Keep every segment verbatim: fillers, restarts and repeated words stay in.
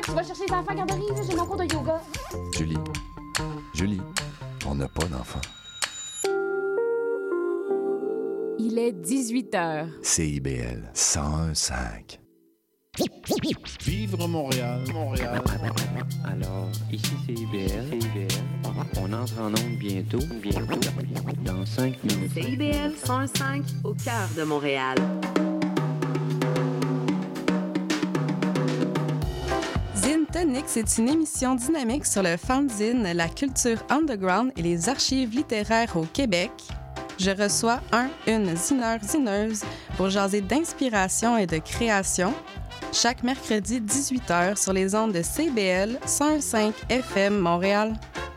Tu vas chercher les enfants à la garderie, là, j'ai mon cours de yoga. Julie, Julie, on n'a pas d'enfants. Il est dix-huit heures. C I B L cent un virgule cinq. Vivre Montréal, Montréal. Alors, ici c'est I B L. C I B L. On entre en onde bientôt, bientôt, dans cinq minutes. C I B L cent un virgule cinq au cœur de Montréal. Zine Tonic, c'est une émission dynamique sur le fanzine, la culture underground et les archives littéraires au Québec. Je reçois un, une zineur, zineuse pour jaser d'inspiration et de création. Chaque mercredi dix-huit heures sur les ondes de C B L cent un virgule cinq F M Montréal.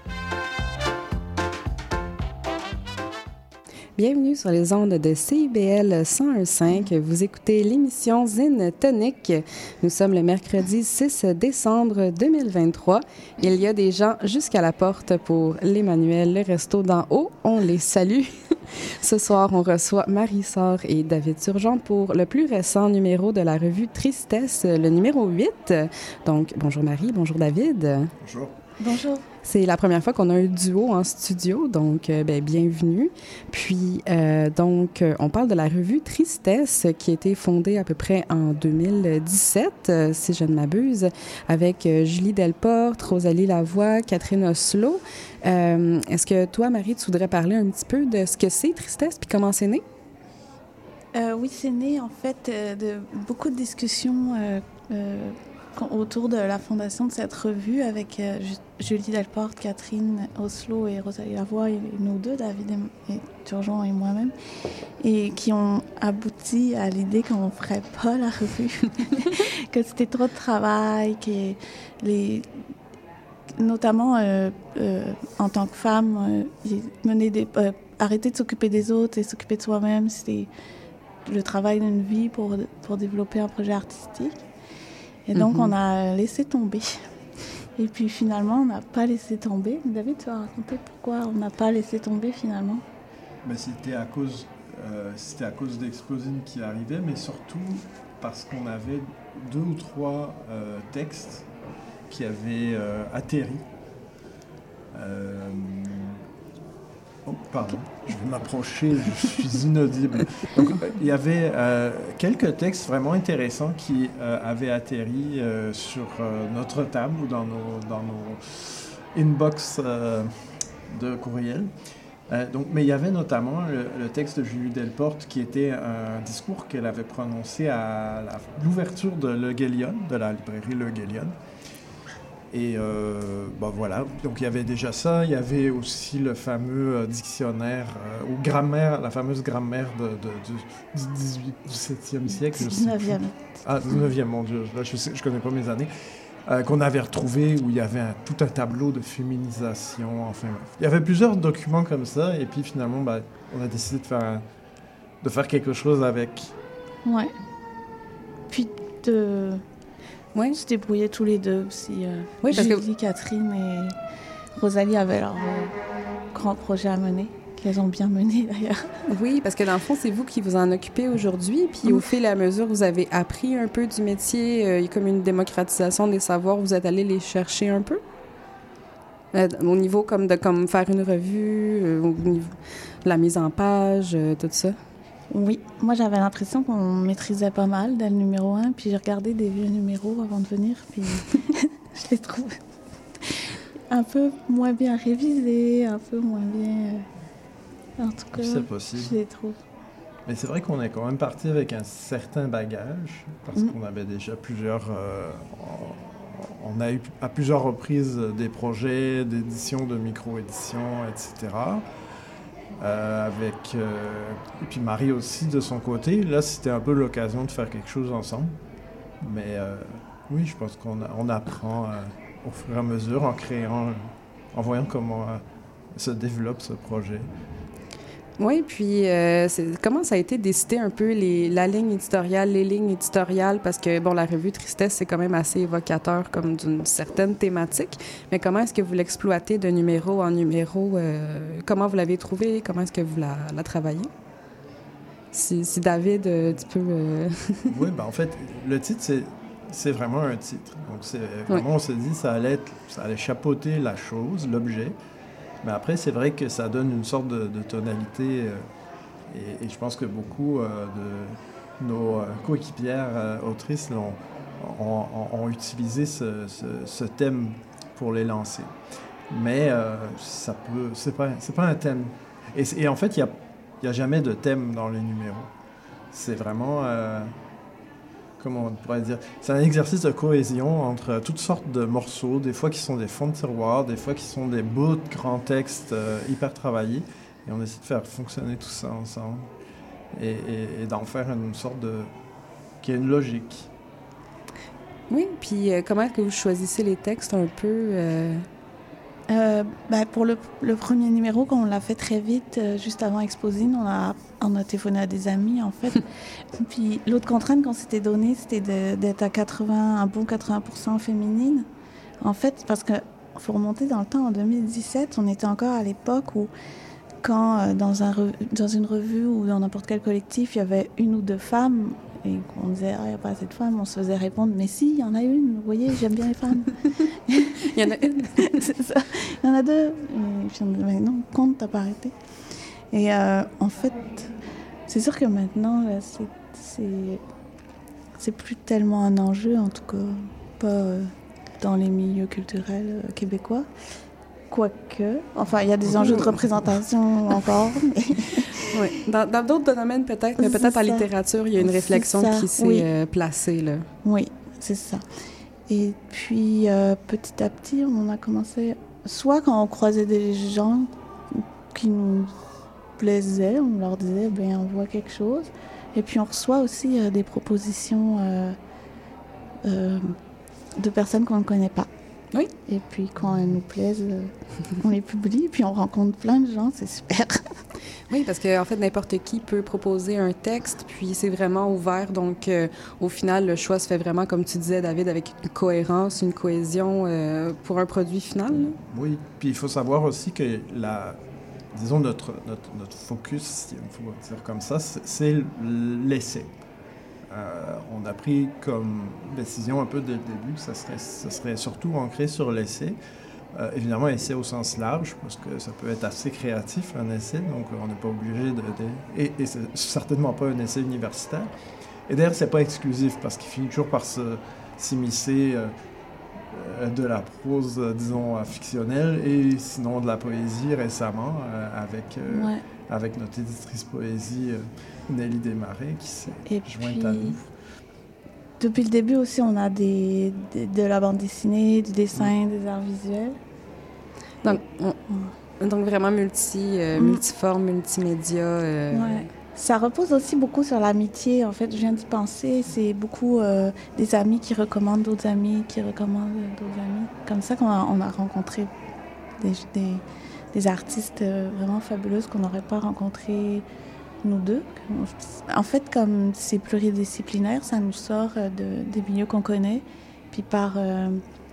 Bienvenue sur les ondes de C B L cent un virgule cinq. Vous écoutez l'émission Zine Tonic. Nous sommes le mercredi six décembre deux mille vingt-trois. Il y a des gens jusqu'à la porte pour l'Emmanuel, le resto d'en haut. On les salue. Ce soir, on reçoit Marie Sort et David Turgeon pour le plus récent numéro de la revue Tristesse, le numéro huit. Donc, bonjour Marie, bonjour David. Bonjour. Bonjour. C'est la première fois qu'on a un duo en studio, donc euh, ben, bienvenue. Puis, euh, donc, euh, on parle de la revue Tristesse qui a été fondée à peu près en deux mille dix-sept, euh, si je ne m'abuse, avec euh, Julie Delporte, Rosalie Lavoie, Catherine Oslo. Euh, est-ce que toi, Marie, tu voudrais parler un petit peu de ce que c'est Tristesse puis comment c'est né? Euh, oui, c'est né en fait euh, de beaucoup de discussions euh, euh, autour de la fondation de cette revue avec euh, Julie Delporte, Catherine Oslo et Rosalie Lavoie, et nous deux, David et, et Turgeon et moi-même, et qui ont abouti à l'idée qu'on ne ferait pas la revue, que c'était trop de travail, que les... notamment euh, euh, en tant que femme, euh, mener des, euh, arrêter de s'occuper des autres et s'occuper de soi-même, c'était le travail d'une vie pour, pour développer un projet artistique. Et donc, mm-hmm. on a laissé tomber. Et puis, finalement, on n'a pas laissé tomber. David, tu vas raconter pourquoi on n'a pas laissé tomber, finalement? Mais c'était à cause, euh, c'était à cause d'Explosine qui arrivait, mais surtout parce qu'on avait deux ou trois euh, textes qui avaient euh, atterri. Euh... Oh, pardon, je vais m'approcher, je suis inaudible. Donc, il y avait euh, quelques textes vraiment intéressants qui euh, avaient atterri euh, sur euh, notre table ou dans nos, dans nos inbox euh, de courriel. Euh, donc, mais il y avait notamment le, le texte de Julie Delporte qui était un discours qu'elle avait prononcé à la, l'ouverture de Le Guélion, de la librairie Le Guélion. Et euh, ben voilà, donc il y avait déjà ça, il y avait aussi le fameux euh, dictionnaire, euh, ou grammaire, la fameuse grammaire de, de, de, du dix-huitième, dix-septième siècle. dix-neuvième. Ah, dix-neuvième, mon Dieu, là je ne connais pas mes années. Euh, qu'on avait retrouvé où il y avait un, tout un tableau de féminisation, enfin il y avait plusieurs documents comme ça, et puis finalement, ben, on a décidé de faire, un, de faire quelque chose avec. Ouais. Puis de... Oui. Se débrouillaient tous les deux aussi. Euh, oui, parce Julie, que... Catherine et Rosalie avaient leur euh, grand projet à mener, qu'elles ont bien mené d'ailleurs. Oui, parce que dans le fond, c'est vous qui vous en occupez aujourd'hui. Puis mmh. au fil et à mesure, vous avez appris un peu du métier. Euh, il y a comme une démocratisation des savoirs. Vous êtes allé les chercher un peu? Euh, au niveau comme de comme faire une revue, euh, au niveau de la mise en page, euh, tout ça? Oui, moi j'avais l'impression qu'on maîtrisait pas mal dès le numéro un, puis j'ai regardé des vieux numéros avant de venir, puis je les trouve un peu moins bien révisés, un peu moins bien... En tout cas, c'est possible. Je les trouve. Mais c'est vrai qu'on est quand même parti avec un certain bagage, parce mmh. qu'on avait déjà plusieurs... Euh, on a eu à plusieurs reprises des projets d'édition, de micro-édition, et cetera. Euh, avec euh, et puis Marie aussi de son côté. Là, c'était un peu l'occasion de faire quelque chose ensemble. Mais euh, oui, je pense qu'on a, on apprend euh, au fur et à mesure en créant, en voyant comment euh, se développe ce projet. Oui, puis euh, c'est, comment ça a été décidé un peu les, la ligne éditoriale, les lignes éditoriales, parce que, bon, la revue Tristesse, c'est quand même assez évocateur comme d'une certaine thématique, mais comment est-ce que vous l'exploitez de numéro en numéro? Euh, comment vous l'avez trouvé? Comment est-ce que vous la, la travaillez? Si, si David, euh, tu peux... Euh... Oui, ben en fait, le titre, c'est c'est vraiment un titre. Donc, c'est, vraiment, oui. On s'est dit ça allait, être, ça allait chapeauter la chose, l'objet. Mais après, c'est vrai que ça donne une sorte de, de tonalité. Euh, et, et je pense que beaucoup euh, de nos euh, coéquipières euh, autrices ont, ont, ont utilisé ce, ce, ce thème pour les lancer. Mais euh, ça peut, c'est pas, c'est pas un thème. Et, et en fait, il n'y a, a jamais de thème dans les numéros. C'est vraiment, euh, comment on pourrait dire, c'est un exercice de cohésion entre toutes sortes de morceaux, des fois qui sont des fonds de tiroir, des fois qui sont des bouts de grands textes euh, hyper travaillés. Et on essaie de faire fonctionner tout ça ensemble et, et, et d'en faire une sorte de... qui a une logique. Oui, puis euh, comment est-ce que vous choisissez les textes un peu euh... Euh, ben pour le, le premier numéro, quand on l'a fait très vite, euh, juste avant Exposine, on a, on a téléphoné à des amis, en fait. Puis l'autre contrainte qu'on s'était donnée, c'était de, d'être à quatre-vingts, un bon quatre-vingts pour cent féminine. En fait, parce qu'il faut remonter dans le temps, en deux mille dix-sept, on était encore à l'époque où, quand euh, dans, un re, dans une revue ou dans n'importe quel collectif, il y avait une ou deux femmes, et qu'on disait, ah, il n'y a pas assez de femmes, on se faisait répondre, mais si, il y en a une, vous voyez, j'aime bien les femmes. Il y en a une. C'est ça. Il y en a deux. Et puis on disait, mais non, compte, t'as pas arrêté. Et euh, en fait, c'est sûr que maintenant, là, c'est, c'est, c'est plus tellement un enjeu, en tout cas, pas euh, dans les milieux culturels euh, québécois. Quoique, enfin, il y a des enjeux de représentation encore. Mais... Oui, dans, dans d'autres domaines peut-être, mais peut-être en littérature, il y a une réflexion qui s'est oui. euh, placée, là. Oui, c'est ça. Et puis, euh, petit à petit, on a commencé... Soit quand on croisait des gens qui nous plaisaient, on leur disait, bien, on voit quelque chose. Et puis, on reçoit aussi euh, des propositions euh, euh, de personnes qu'on ne connaît pas. Oui. Et puis, quand elles nous plaisent, euh, on les publie. Puis, on rencontre plein de gens, c'est super. Oui, parce qu'en fait, n'importe qui peut proposer un texte, puis c'est vraiment ouvert. Donc, euh, au final, le choix se fait vraiment, comme tu disais, David, avec une cohérence, une cohésion euh, pour un produit final. Là. Oui, puis il faut savoir aussi que, la, disons, notre, notre, notre focus, si il faut dire comme ça, c'est, c'est l'essai. Euh, on a pris comme décision un peu dès le début que ça serait, ça serait surtout ancré sur l'essai. Euh, évidemment, essai au sens large, parce que ça peut être assez créatif, un essai, donc on n'est pas obligé de... de et, et c'est certainement pas un essai universitaire. Et d'ailleurs, c'est pas exclusif, parce qu'il finit toujours par se, s'immiscer euh, de la prose, disons, fictionnelle, et sinon de la poésie récemment, euh, avec, euh, ouais. avec notre éditrice poésie, euh, Nelly Desmarais, qui s'est et jointe puis... à nous. Depuis le début aussi, on a des, des, de la bande dessinée, du dessin, mmh. des arts visuels. Donc, on, donc vraiment multi, euh, mmh. multiforme, multimédia. Euh... Ouais. Ça repose aussi beaucoup sur l'amitié. En fait, je viens d'y penser. C'est beaucoup euh, des amis qui recommandent d'autres amis, qui recommandent d'autres amis. Comme ça qu'on a, on a rencontré des, des, des artistes vraiment fabuleuses qu'on n'aurait pas rencontrés nous deux. En fait, comme c'est pluridisciplinaire, ça nous sort de, des milieux qu'on connaît. Puis par, euh,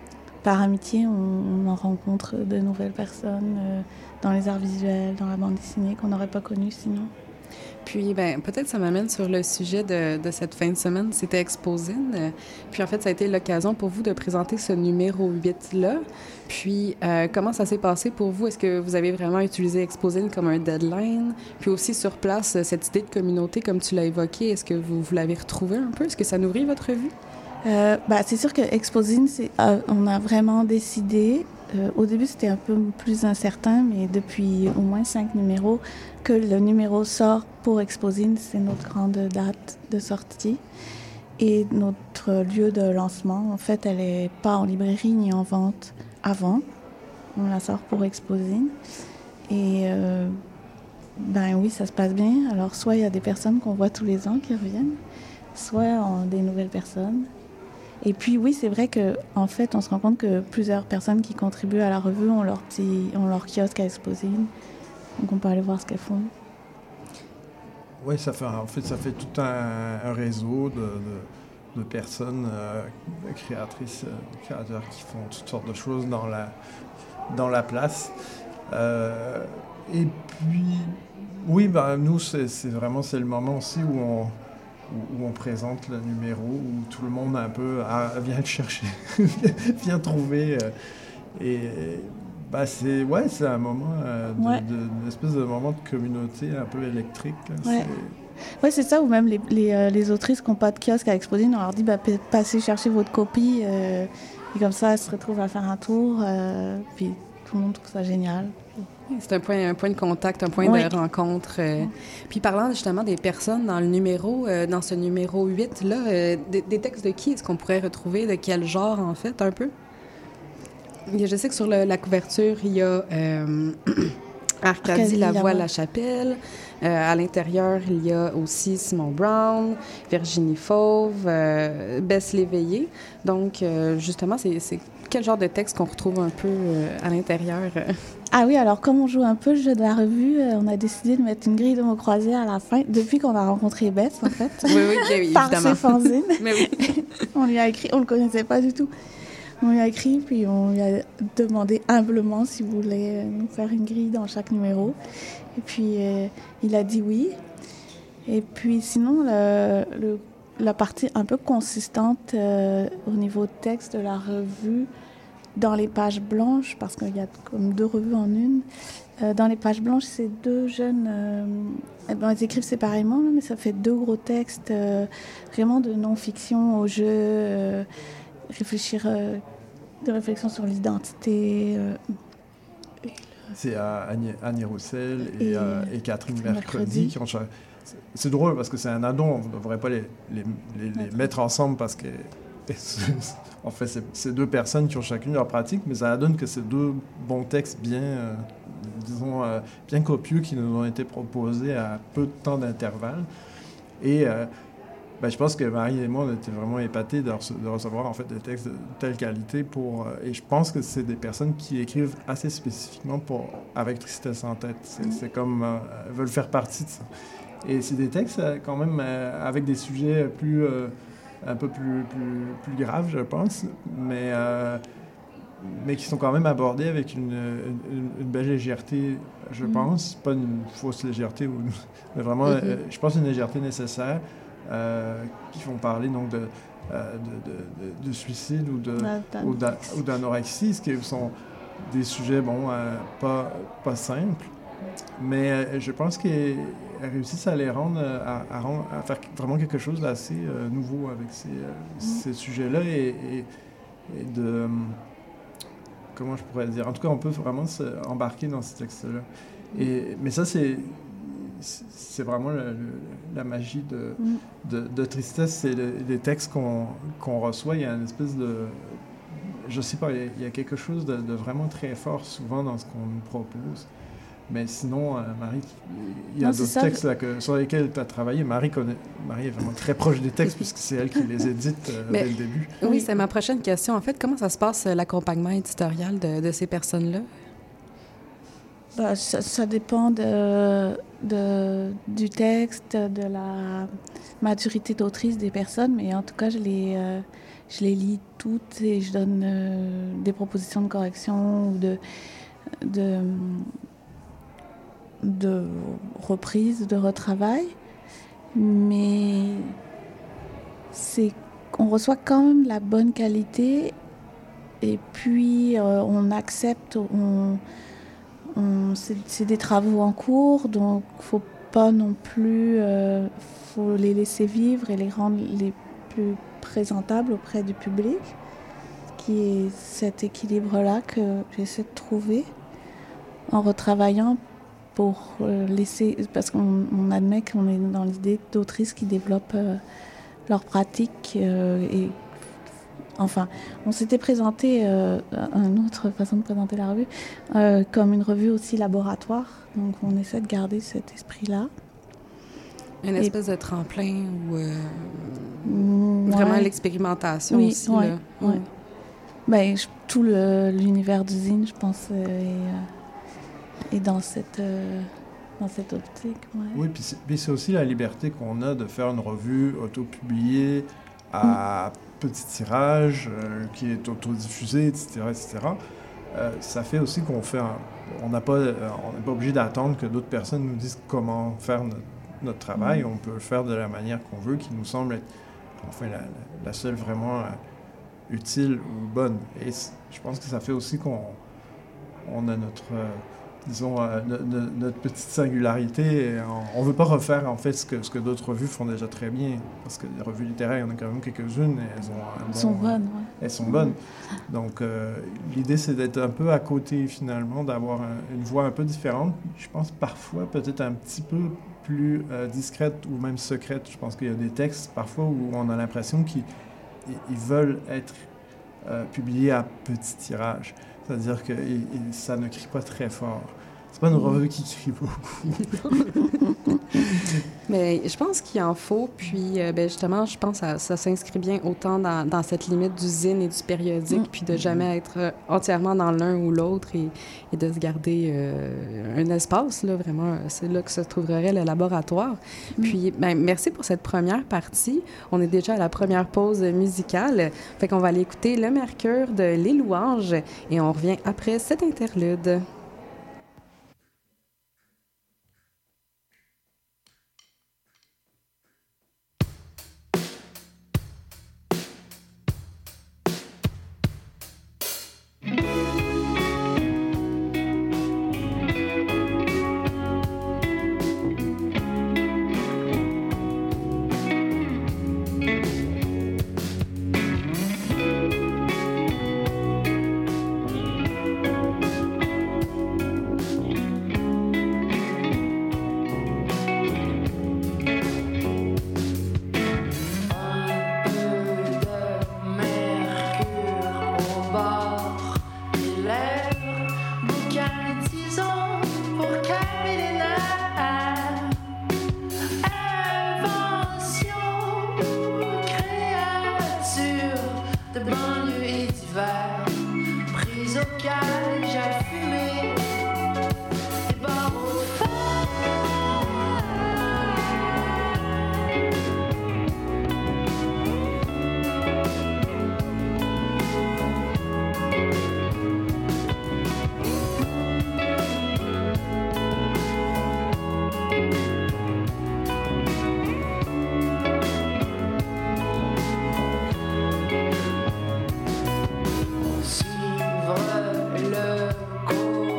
par amitié, on, on en rencontre de nouvelles personnes euh, dans les arts visuels, dans la bande dessinée, qu'on n'aurait pas connues sinon. Puis, ben, peut-être ça m'amène sur le sujet de, de cette fin de semaine, c'était Exposine. Puis, en fait, ça a été l'occasion pour vous de présenter ce numéro huit-là. Puis, euh, comment ça s'est passé pour vous? Est-ce que vous avez vraiment utilisé Exposine comme un deadline? Puis aussi, sur place, cette idée de communauté, comme tu l'as évoqué, est-ce que vous, vous l'avez retrouvée un peu? Est-ce que ça nourrit votre vue? Euh, bah, c'est sûr que Exposine, c'est, euh, on a vraiment décidé... Euh, au début, c'était un peu plus incertain, mais depuis au moins cinq numéros, que le numéro sort pour Exposine, c'est notre grande date de sortie. Et notre lieu de lancement, en fait, elle n'est pas en librairie ni en vente avant. On la sort pour Exposine. Et euh, ben oui, ça se passe bien. Alors, soit il y a des personnes qu'on voit tous les ans qui reviennent, soit on, des nouvelles personnes. Et puis oui, c'est vrai qu'en fait, on se rend compte que plusieurs personnes qui contribuent à la revue ont leur, petit, ont leur kiosque à Exposine. Donc on peut aller voir ce qu'elles font. Oui, ça fait, en fait, ça fait tout un, un réseau de, de, de personnes euh, créatrices, euh, créateurs qui font toutes sortes de choses dans la, dans la place. Euh, et puis, oui, ben, nous, c'est, c'est vraiment c'est le moment aussi où on... où, où on présente le numéro, où tout le monde un peu ah, vient le chercher, vient trouver. Euh, et bah, c'est, ouais, c'est un moment, euh, de, Ouais. de, une espèce de moment de communauté un peu électrique. Là. Ouais. Oui, c'est ça, ou même les, les, euh, les autrices qui n'ont pas de kiosque à Exposine, on leur dit bah, p- passez chercher votre copie, euh, et comme ça, elles se retrouvent à faire un tour, euh, puis tout le monde trouve ça génial. C'est un point, un point de contact, un point Oui. de rencontre. euh. Puis parlant justement des personnes dans le numéro, euh, dans ce numéro huit, là, euh, des, des textes de qui est-ce qu'on pourrait retrouver? De quel genre, en fait, un peu? Il y a- Je sais que sur le- la couverture, il y a euh, Arcadie Arcadie Lavoie Lavoie. La Chapelle. Euh, à l'intérieur, il y a aussi Simon Brown, Virginie Fauve, euh, Bess Léveillé. Donc, euh, justement, c'est, c'est quel genre de texte qu'on retrouve un peu euh, à l'intérieur? euh? Ah oui, alors comme on joue un peu le jeu de la revue, euh, on a décidé de mettre une grille de mots croisés à la fin, depuis qu'on a rencontré Bess, en fait, Oui, oui, bien par évidemment. ses fanzines. Mais oui. On lui a écrit, on le connaissait pas du tout. On lui a écrit, puis on lui a demandé humblement s'il voulait nous faire une grille dans chaque numéro. Et puis, euh, il a dit oui. Et puis, sinon, le, le- la partie un peu consistante euh, au niveau texte de la revue, dans les pages blanches, parce qu'il y a comme deux revues en une, euh, dans les pages blanches, c'est deux jeunes... euh, eh ben, ils écrivent séparément, là, mais ça fait deux gros textes, euh, vraiment de non-fiction au jeu, euh, réfléchir, euh, de réflexion sur l'identité. euh, C'est euh, Annie, Annie Roussel et, Et, euh, et Catherine Catherine Mercredi, Mercredi. qui ont cha- c'est- C'est drôle parce que c'est un addon, on ne devrait pas les, les, les- les mettre ensemble parce que en fait, c'est, c'est deux personnes qui ont chacune leur pratique, mais ça donne que c'est deux bons textes bien, euh, disons, euh, bien copieux qui nous ont été proposés à peu de temps d'intervalle. Et euh, ben, je pense que Marie et moi, on était vraiment épatés de, rece- de recevoir en fait des textes de telle qualité. Pour, euh, et je pense que c'est des personnes qui écrivent assez spécifiquement pour, avec Tristesse en tête. C'est, c'est comme, euh, elles veulent faire partie de ça. Et c'est des textes euh, quand même euh, avec des sujets plus, euh, un peu plus, plus, plus graves, je pense, mais, euh, mais qui sont quand même abordés avec une, une, une belle légèreté, je Mm. pense. Pas une fausse légèreté, ou, mais vraiment, Mm-hmm. euh, je pense, une légèreté nécessaire. Euh, qui font parler donc de, euh, de, de, de, de suicide ou, de, D'an- ou, d'a- ou d'anorexie, ce qui sont des sujets bon, euh, pas, pas simples, mais euh, je pense qu'elles réussissent à les rendre, euh, à, à, rendre, à faire vraiment quelque chose d'assez euh, nouveau avec ces, euh, ces sujets-là et, et, et de... euh, comment je pourrais dire? En tout cas, on peut vraiment se embarquer dans ces textes-là. Et, mais ça, c'est... C'est vraiment le, le, la magie de, Mm. de, de Tristesse, c'est le, les textes qu'on qu'on reçoit. Il y a une espèce de... Je sais pas, il y a, il y a quelque chose de, de vraiment très fort souvent dans ce qu'on nous propose. Mais sinon, euh, Marie, il y a Non, c'est d'autres ça. textes là, que, sur lesquels tu as travaillé. Marie, connaît, Marie est vraiment très proche des textes puisque c'est elle qui les édite euh, Mais- dès le début. Oui, Oui. c'est ma prochaine question. En fait, comment ça se passe, euh, l'accompagnement éditorial de, de ces personnes-là? Bah, ça, ça dépend de, de- du texte, de la maturité d'autrice des personnes, mais en tout cas, je les, euh, je les lis toutes et je donne euh, des propositions de correction ou de, de, de reprise, de retravail. Mais c'est, on reçoit quand même la bonne qualité et puis euh, on accepte, on, on- c'est, c'est des travaux en cours, donc faut pas non plus, euh, faut les laisser vivre et les rendre les plus présentables auprès du public, qui est cet équilibre-là que j'essaie de trouver en retravaillant pour euh, laisser, parce qu'on on admet qu'on est dans l'idée d'autrices qui développent euh, leur pratique euh, et enfin, on s'était présenté, euh, une autre façon de présenter la revue, euh, comme une revue aussi laboratoire. Donc on essaie de garder cet esprit-là. Une Et- espèce de tremplin ou euh, Mm, vraiment ouais. l'expérimentation Oui, aussi. ouais, là. ouais. Mm. Ben, je- tout le- l'univers d'usine, je pense, euh, est, euh, est dans cette, euh, dans cette optique. Ouais. Oui, puis c'est, puis c'est aussi la liberté qu'on a de faire une revue auto-publiée à petit tirage, euh, qui est autodiffusée, et cetera, et cetera. Euh, ça fait aussi qu'on fait... un- on n'a pas, euh, on n'est pas obligé d'attendre que d'autres personnes nous disent comment faire notre, notre travail, on peut le faire de la manière qu'on veut, qui nous semble être enfin la, la seule vraiment euh, utile ou bonne. Et je pense que ça fait aussi qu'on on a notre, euh, disons, euh, no, no, notre petite singularité. On ne veut pas refaire en fait ce que, ce que d'autres revues font déjà très bien, parce que les revues littéraires, il y en a quand même quelques-unes, et elles ont un bon, sont bonnes. Ouais. Elles sont bonnes. Donc euh, l'idée, c'est d'être un peu à côté finalement, d'avoir un, une voix un peu différente. Je pense parfois peut-être un petit peu plus euh, discrète ou même secrète. Je pense qu'il y a des textes parfois où on a l'impression qu'ils ils veulent être euh, publiés à petit tirage. C'est-à-dire que et, et ça ne crie pas très fort. C'est pas une revue qui crie beaucoup. Mais je pense qu'il en faut, puis euh, ben justement, je pense que ça, ça s'inscrit bien autant dans, dans cette limite du zine et du périodique, mm. puis de jamais être euh, entièrement dans l'un ou l'autre et, et de se garder euh, un espace, là, vraiment, c'est là que se trouverait le laboratoire. Mm. Puis, ben, merci pour cette première partie. On est déjà à la première pause musicale, fait qu'on va aller écouter Le Mercure de Les Louanges et on revient après cet interlude. Le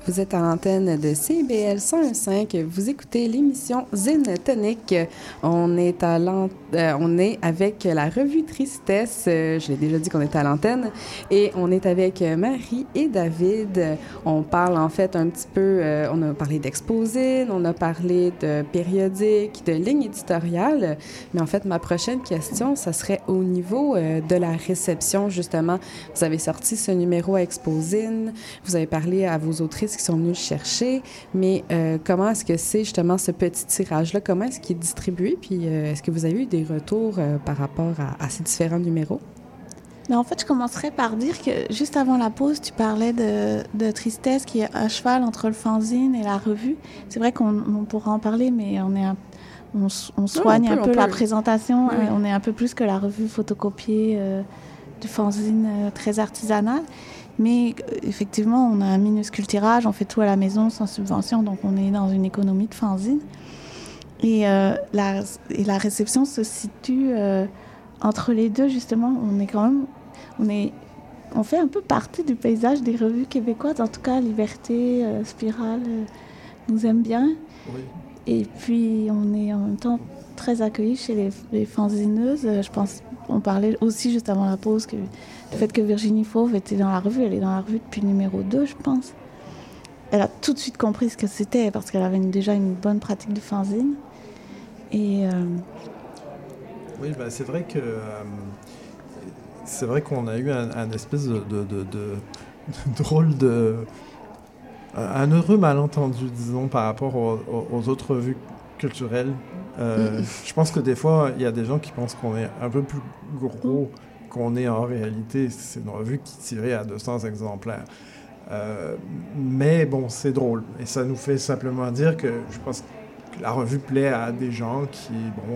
Vous êtes à l'antenne de C I B L cent un virgule cinq. Vous écoutez l'émission Zine Tonique. On est, à l'ant... euh, on est avec la revue Tristesse. Euh, je l'ai déjà dit qu'on était à l'antenne. Et on est avec Marie et David. On parle en fait un petit peu... Euh, on a parlé d'Exposine, on a parlé de périodiques, de lignes éditoriales. Mais en fait, ma prochaine question, ça serait au niveau euh, de la réception, justement. Vous avez sorti ce numéro à Exposine. Vous avez parlé à vos autrices qui sont venues le chercher, mais euh, comment est-ce que c'est justement ce petit tirage-là? Comment est-ce qu'il est distribué? Puis euh, est-ce que vous avez eu des retours euh, par rapport à, à ces différents numéros? Mais en fait, je commencerais par dire que juste avant la pause, tu parlais de, de Tristesse qui est à cheval entre le fanzine et la revue. C'est vrai qu'on on pourra en parler, mais on est un, on, on soigne non, on peut, un peu la peut. présentation. Oui. Euh, on est un peu plus que la revue photocopiée euh, du fanzine euh, très artisanal. Mais effectivement, on a un minuscule tirage, on fait tout à la maison sans subvention, donc on est dans une économie de fanzine. Et, euh, la, et la réception se situe euh, entre les deux, justement. On est quand même, on est, on fait un peu partie du paysage des revues québécoises. En tout cas, Liberté, euh, Spirale euh, nous aime bien. Oui. Et puis, on est en même temps très accueillis chez les, les fanzineuses. Je pense, on parlait aussi juste avant la pause que le fait que Virginie Fauve était dans la revue, elle est dans la revue depuis le numéro deux, je pense. Elle a tout de suite compris ce que c'était parce qu'elle avait une, déjà une bonne pratique du fanzine. Et euh... oui, ben c'est vrai que euh, c'est vrai qu'on a eu un, un espèce de, de, de, de, de drôle de un heureux malentendu, disons, par rapport aux, aux autres revues culturelles. Euh, mm-hmm. Je pense que des fois, il y a des gens qui pensent qu'on est un peu plus gros qu'on est en réalité. C'est une revue qui tirait à deux cents exemplaires. Euh, mais bon, c'est drôle. Et ça nous fait simplement dire que je pense que la revue plaît à des gens qui, bon,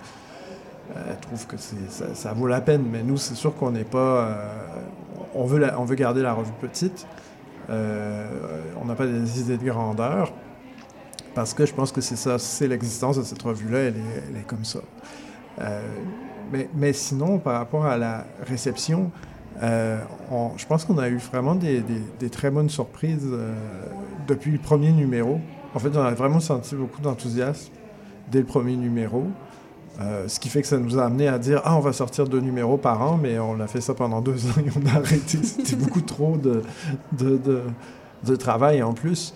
euh, euh, trouvent que c'est, ça, ça vaut la peine. Mais nous, c'est sûr qu'on n'est pas... Euh, on, veut la, on veut garder la revue petite. Euh, on n'a pas des idées de grandeur. Parce que je pense que c'est ça, c'est l'existence de cette revue-là, elle est, elle est comme ça. Euh, mais, mais sinon, par rapport à la réception, euh, on, je pense qu'on a eu vraiment des, des, des très bonnes surprises euh, depuis le premier numéro. En fait, on a vraiment senti beaucoup d'enthousiasme dès le premier numéro, euh, ce qui fait que ça nous a amené à dire « Ah, on va sortir deux numéros par an », mais on a fait ça pendant deux ans et on a arrêté. C'était beaucoup trop de, de, de, de travail en plus.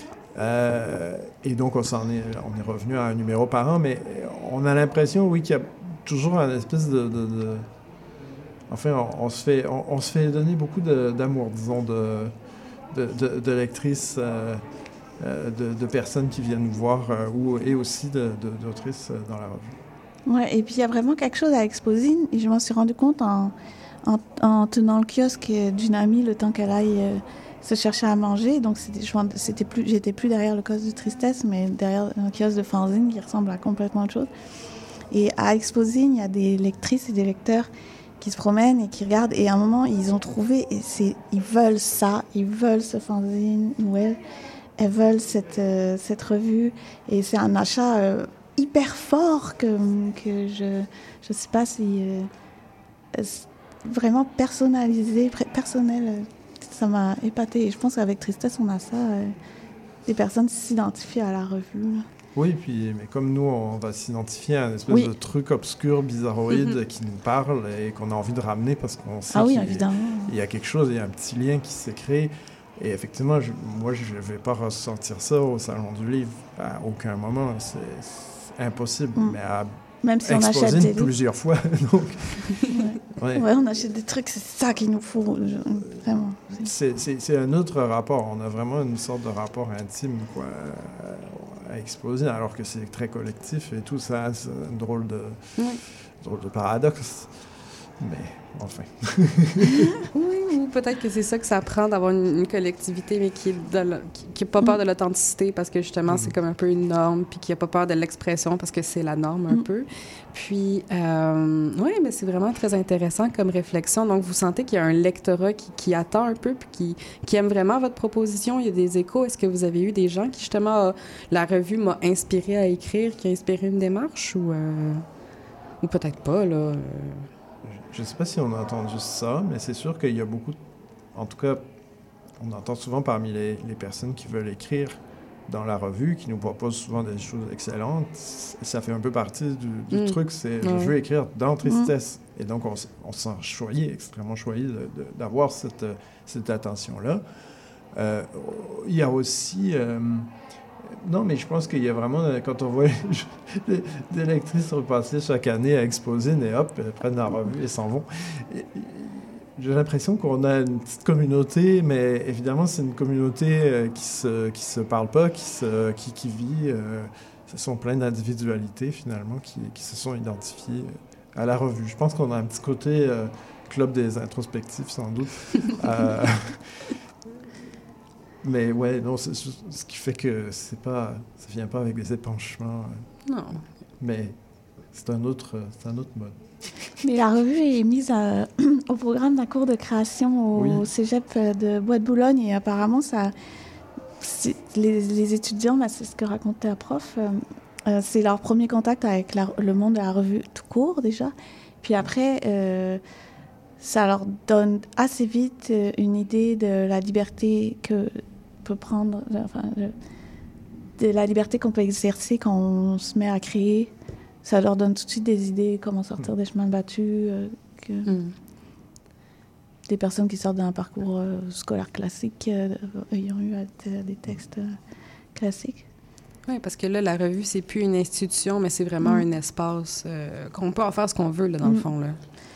Euh, et donc, on, s'en est, on est revenu à un numéro par an, mais on a l'impression, oui, qu'il y a toujours une espèce de... de, de enfin, on, on, se fait, on, on se fait donner beaucoup de, d'amour, disons, de, de, de, de lectrices, euh, de, de personnes qui viennent nous voir, euh, ou, et aussi de, de, d'autrices dans la revue. Ouais, et puis il y a vraiment quelque chose à Exposine, et je m'en suis rendu compte en, en, en tenant le kiosque d'une amie le temps qu'elle aille... Euh, se chercher à manger, donc c'était, c'était plus, j'étais plus derrière le kiosque de Tristesse, mais derrière un kiosque de fanzine qui ressemble à complètement autre chose. Et à Exposine, il y a des lectrices et des lecteurs qui se promènent et qui regardent, et à un moment, ils ont trouvé, et c'est, ils veulent ça, ils veulent ce fanzine, ou elles, elles veulent cette, euh, cette revue, et c'est un achat euh, hyper fort que, que je je sais pas si... Euh, vraiment personnalisé, personnel... Euh, ça m'a épatée. Et je pense qu'avec Tristesse, on a ça. Euh, des personnes s'identifient à la revue. Là. Oui, puis, mais comme nous, on va s'identifier à un espèce oui. de truc obscur, bizarroïde, mm-hmm. qui nous parle et qu'on a envie de ramener parce qu'on sait ah oui, qu'il évidemment. il y a quelque chose, il y a un petit lien qui s'est créé. Et effectivement, je, moi, je ne vais pas ressentir ça au Salon du Livre à aucun moment. C'est, c'est impossible. Mm. Mais à Même si on achète des plusieurs fois. Donc, ouais. Ouais, on achète des trucs, c'est ça qu'il nous faut. Vraiment. C'est, c'est, c'est un autre rapport. On a vraiment une sorte de rapport intime, quoi, à Exposine, alors que c'est très collectif et tout ça. C'est un drôle de, ouais. drôle de paradoxe. Mais enfin. Oui, ou peut-être que c'est ça que ça prend d'avoir une, une collectivité, mais qui n'a qui, qui pas peur de l'authenticité parce que justement, mm. c'est comme un peu une norme, puis qui n'a pas peur de l'expression parce que c'est la norme un mm. peu. Puis, euh, oui, mais c'est vraiment très intéressant comme réflexion. Donc, vous sentez qu'il y a un lectorat qui, qui attend un peu, puis qui, qui aime vraiment votre proposition. Il y a des échos. Est-ce que vous avez eu des gens qui, justement, a, la revue m'a inspiré à écrire, qui a inspiré une démarche, ou, euh, ou peut-être pas, là? Euh... Je ne sais pas si on a entendu ça, mais c'est sûr qu'il y a beaucoup, de, en tout cas on entend souvent parmi les, les personnes qui veulent écrire dans la revue, qui nous proposent souvent des choses excellentes, ça fait un peu partie du, du mmh. truc, c'est ouais. je veux écrire dans tristesse. Mmh. Et donc, on, on se sent choyé, extrêmement choyé de, de, d'avoir cette, cette attention-là. Euh, il y a aussi... Euh, non, mais je pense qu'il y a vraiment, quand on voit des, des lectrices repasser chaque année à Exposine et hop, elles prennent la revue et s'en vont. Et, j'ai l'impression qu'on a une petite communauté, mais évidemment, c'est une communauté euh, qui se, qui se parle pas, qui, se, qui, qui vit. Euh, ce sont plein d'individualités, finalement, qui, qui se sont identifiées à la revue. Je pense qu'on a un petit côté euh, club des introspectifs, sans doute. euh, mais ouais, non, c'est, ce qui fait que c'est pas, ça vient pas avec des épanchements. Euh, non. Mais c'est un autre, c'est un autre mode. Mais la revue est mise à, au programme d'un cours de création au oui. Cégep de Bois-de-Boulogne et apparemment, ça, les, les étudiants, bah, c'est ce que racontait la prof, euh, euh, c'est leur premier contact avec la, le monde de la revue tout court déjà. Puis après, euh, ça leur donne assez vite une idée de la liberté que peut prendre, enfin, de, de la liberté qu'on peut exercer quand on se met à créer. Ça leur donne tout de suite des idées, comment sortir mmh. des chemins battus, euh, que mmh. des personnes qui sortent d'un parcours euh, scolaire classique, euh, ayant eu à des textes euh, classiques. Oui, parce que là, la revue, c'est plus une institution, mais c'est vraiment mmh. un espace euh, qu'on peut en faire ce qu'on veut, là, dans mmh. le fond. Là.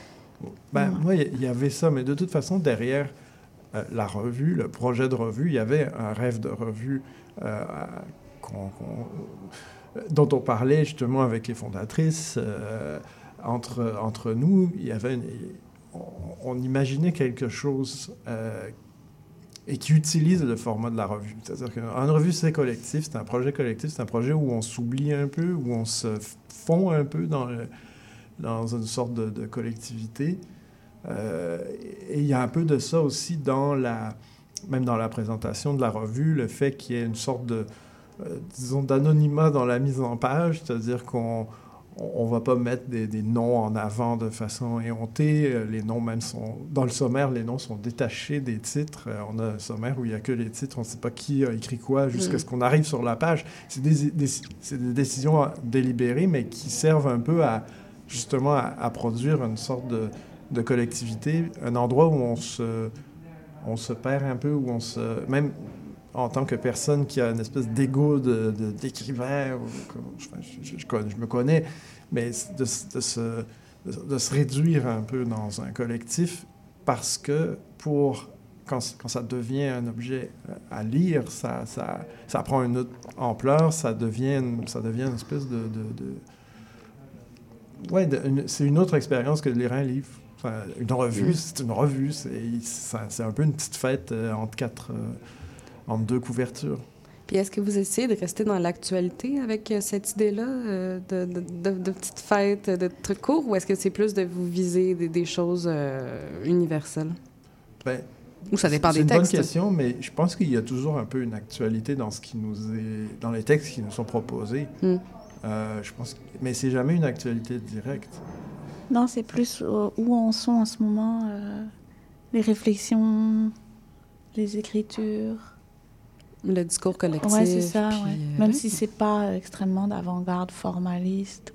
Ben, mmh. moi, il y avait ça, mais de toute façon, derrière euh, la revue, le projet de revue, il y avait un rêve de revue euh, qu'on... qu'on dont on parlait justement avec les fondatrices, euh, entre, entre nous, il y avait une, on, on imaginait quelque chose euh, et qui utilise le format de la revue. C'est-à-dire qu'une revue, c'est collectif, c'est un projet collectif, c'est un projet où on s'oublie un peu, où on se fond un peu dans, le, dans une sorte de, de collectivité. Euh, et il y a un peu de ça aussi dans la, même dans la présentation de la revue, le fait qu'il y ait une sorte de Euh, disons, d'anonymat dans la mise en page, c'est-à-dire qu'on on va pas mettre des, des noms en avant de façon éhontée. Les noms même sont... Dans le sommaire, les noms sont détachés des titres. On a un sommaire où il n'y a que les titres. On ne sait pas qui a écrit quoi jusqu'à mmh. ce qu'on arrive sur la page. C'est des, des, c'est des décisions délibérées, mais qui servent un peu à, justement, à, à produire une sorte de, de collectivité, un endroit où on se, on se perd un peu, où on se... Même, en tant que personne qui a une espèce d'ego de, de, d'écrivain, ou, je, je, je, je me connais, mais de, de, se, de, de se réduire un peu dans un collectif, parce que pour, quand, quand ça devient un objet à lire, ça, ça, ça prend une autre ampleur, ça devient, ça devient une espèce de... de, de... Ouais, de, une, c'est une autre expérience que de lire un livre. Enfin, une revue, c'est une revue, c'est, ça, c'est un peu une petite fête euh, entre quatre... Euh, entre deux couvertures. Puis est-ce que vous essayez de rester dans l'actualité avec euh, cette idée-là euh, de, de, de, de petites fêtes, de trucs courts, ou est-ce que c'est plus de vous viser des, des choses euh, universelles? Bien, ou ça dépend c'est des textes? C'est une bonne question, mais je pense qu'il y a toujours un peu une actualité dans ce qui nous est, dans les textes qui nous sont proposés. Mm. Euh, je pense, que, mais c'est jamais une actualité directe. Non, c'est plus euh, où en sont en ce moment euh, les réflexions, les écritures. Le discours collectif. Oui, c'est ça, puis, ouais. euh, Même ouais. si c'est pas extrêmement d'avant-garde, formaliste.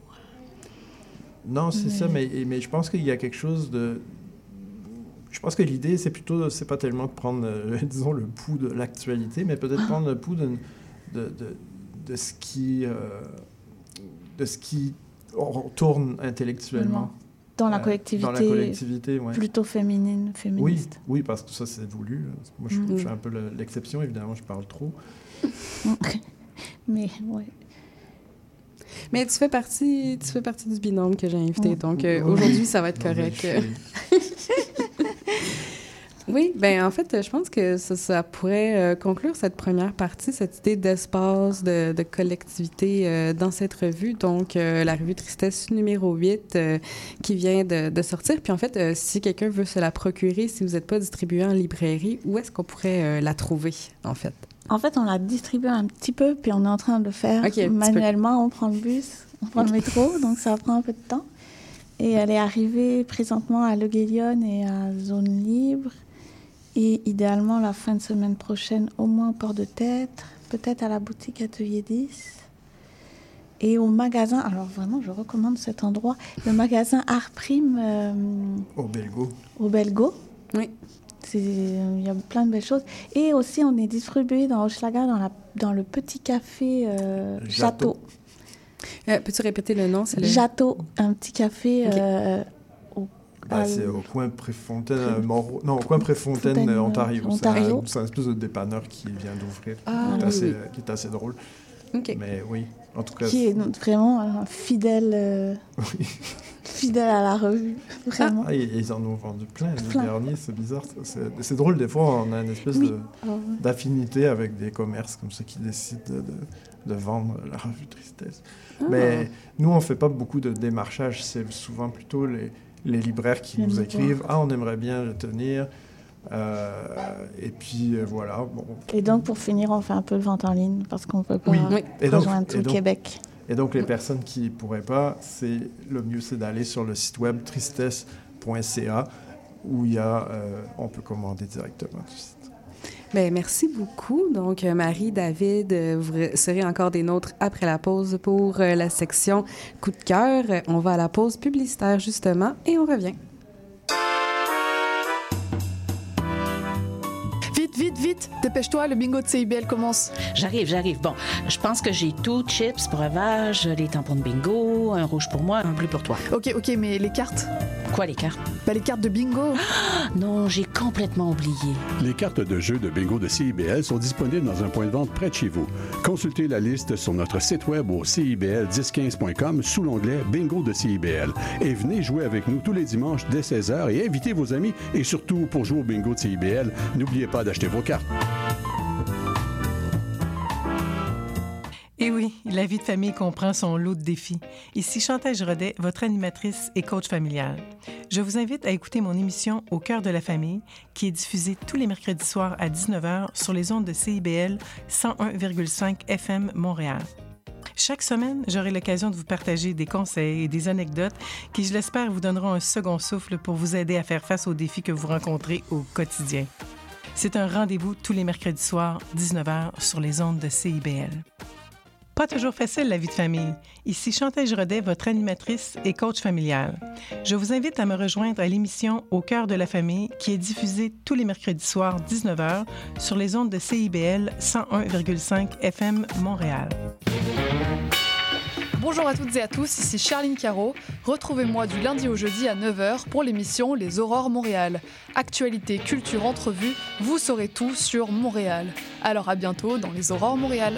Non, c'est mais... ça, mais, mais je pense qu'il y a quelque chose de... Je pense que l'idée, c'est plutôt, c'est pas tellement de prendre, euh, disons, le pouls de l'actualité, mais peut-être prendre le pouls de, de, de, de ce qui... Euh, de ce qui tourne intellectuellement. Dans la collectivité, euh, dans la collectivité ouais. plutôt féminine, féministe. Oui, oui, parce que ça, c'est voulu. Moi, je, mmh. je suis un peu le, l'exception, évidemment, je parle trop. Mais, oui. Mais tu fais partie, tu fais partie du binôme que j'ai invité, mmh. donc euh, aujourd'hui, ça va être non, correct. Oui, bien, en fait, je pense que ça, ça pourrait euh, conclure cette première partie, cette idée d'espace, de, de collectivité euh, dans cette revue. Donc, euh, la revue Tristesse numéro huit euh, qui vient de, de sortir. Puis, en fait, euh, si quelqu'un veut se la procurer, si vous n'êtes pas distribué en librairie, où est-ce qu'on pourrait euh, la trouver, en fait? En fait, on l'a distribuée un petit peu, puis on est en train de le faire okay, manuellement. On prend le bus, on prend le métro, donc ça prend un peu de temps. Et elle est arrivée présentement à Le Guélion et à Zone Libre. Et idéalement, la fin de semaine prochaine, au moins au Port de Tête, peut-être à la boutique Atelier dix. Et au magasin, alors vraiment, je recommande cet endroit, le magasin Art Prime. Euh, au Belgo. Au Belgo. Oui. Il y a plein de belles choses. Et aussi, on est distribué dans Hochelaga, dans, la, dans le petit café euh, Château. Euh, peux-tu répéter le nom? C'est le... Château, un petit café... Okay. Euh, au, bah, à... C'est au coin Préfontaine, Pré... Moro... non, au coin Préfontaine, Fontaine, Ontario. Ontario. C'est, un, c'est un espèce de dépanneur qui vient d'ouvrir, ah, qui, est assez, oui. qui est assez drôle. Okay. Mais oui, en tout cas... Qui est vraiment un fidèle... Euh... Oui. Fidèle à la revue, vraiment. Ah, ils en ont vendu plein, les derniers, c'est bizarre. C'est, c'est drôle, des fois, on a une espèce oui. de, oh, oui. d'affinité avec des commerces comme ça qui décident de, de, de vendre la revue Tristesse. Ah. Mais nous, on ne fait pas beaucoup de démarchage, c'est souvent plutôt les, les libraires qui les nous libraires. écrivent « Ah, on aimerait bien le tenir. Euh, » Et puis, euh, voilà. Bon. Et donc, pour finir, on fait un peu de vente en ligne parce qu'on ne peut pas oui. rejoindre tout le donc, Québec. Et donc, les personnes qui ne pourraient pas, c'est, le mieux, c'est d'aller sur le site web tristesse point c a où il y a, euh, on peut commander directement du site. Bien, merci beaucoup. Donc, Marie, David, vous serez encore des nôtres après la pause pour la section Coup de cœur. On va à la pause publicitaire, justement, et on revient. Vite, vite, vite! Dépêche-toi, le bingo de C I B L commence. J'arrive, j'arrive. Bon, je pense que j'ai tout, chips, breuvage, les tampons de bingo, un rouge pour moi, un bleu pour toi. OK, OK, mais les cartes? Quoi, les cartes? Ben, les cartes de bingo. Ah, non, j'ai complètement oublié. Les cartes de jeu de bingo de C I B L sont disponibles dans un point de vente près de chez vous. Consultez la liste sur notre site web au c i b l dix quinze point com sous l'onglet Bingo de C I B L. Et venez jouer avec nous tous les dimanches dès seize heures et invitez vos amis. Et surtout, pour jouer au bingo de C I B L, n'oubliez pas d'acheter vos cartes. Et oui, la vie de famille comprend son lot de défis. Ici Chantal Giraudet, votre animatrice et coach familial. Je vous invite à écouter mon émission Au cœur de la famille, qui est diffusée tous les mercredis soirs à dix-neuf heures sur les ondes de C I B L cent un virgule cinq F M Montréal. Chaque semaine, j'aurai l'occasion de vous partager des conseils et des anecdotes qui, je l'espère, vous donneront un second souffle pour vous aider à faire face aux défis que vous rencontrez au quotidien. C'est un rendez-vous tous les mercredis soirs, dix-neuf heures, sur les ondes de C I B L. Pas toujours facile, la vie de famille. Ici Chantal Giraudet, votre animatrice et coach familial. Je vous invite à me rejoindre à l'émission Au cœur de la famille, qui est diffusée tous les mercredis soirs, dix-neuf heures, sur les ondes de C I B L cent un virgule cinq F M Montréal. Bonjour à toutes et à tous, ici Charline Caro. Retrouvez-moi du lundi au jeudi à neuf heures pour l'émission Les Aurores Montréal. Actualité, culture, entrevue, vous saurez tout sur Montréal. Alors à bientôt dans Les Aurores Montréal.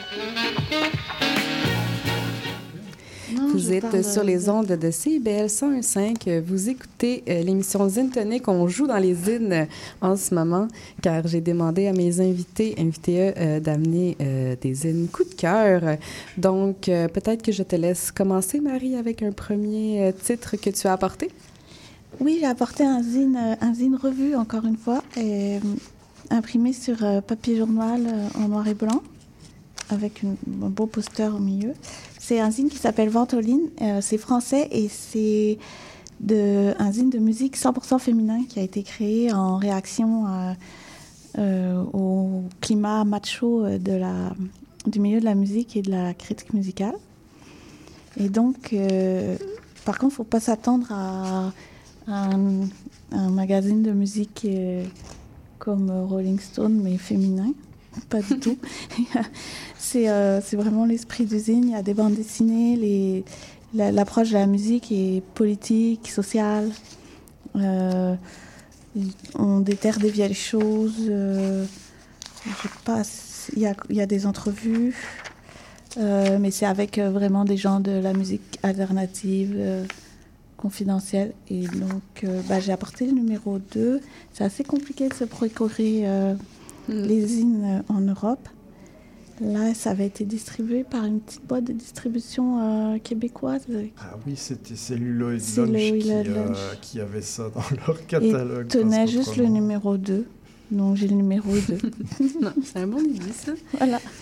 Non, vous êtes sur les ondes de C I B L cent un virgule cinq. Vous écoutez euh, l'émission Zine Tonic. On joue dans les zines en ce moment, car j'ai demandé à mes invités, invités euh, d'amener euh, des zines coup de cœur. Donc, euh, peut-être que je te laisse commencer, Marie, avec un premier euh, titre que tu as apporté. Oui, j'ai apporté un zine, un zine revue, encore une fois, et, euh, imprimé sur euh, papier journal euh, en noir et blanc, avec une, un beau poster au milieu. C'est un zine qui s'appelle Ventoline. Euh, c'est français et c'est de, un zine de musique cent pour cent féminin qui a été créé en réaction à, euh, au climat macho de la, du milieu de la musique et de la critique musicale. Et donc, euh, par contre, il ne faut pas s'attendre à, à un, un magazine de musique euh, comme Rolling Stone, mais féminin. Pas du tout. c'est, euh, c'est vraiment l'esprit d'usine. Il y a des bandes dessinées, les, la, l'approche de la musique est politique, sociale. Euh, on déterre des vieilles choses. Euh, je passe, il y a, il y a des entrevues, euh, mais c'est avec euh, vraiment des gens de la musique alternative, euh, confidentielle. Et donc, euh, bah, j'ai apporté le numéro deux. C'est assez compliqué de se procurer euh, les zines en Europe. Là, ça avait été distribué par une petite boîte de distribution euh, québécoise. Ah oui, c'était Celluloid Lunch qui, euh, qui avait ça dans leur catalogue. Et tenait juste le numéro deux. Donc, j'ai le numéro deux. Non, c'est un bon idée, ça. Voilà.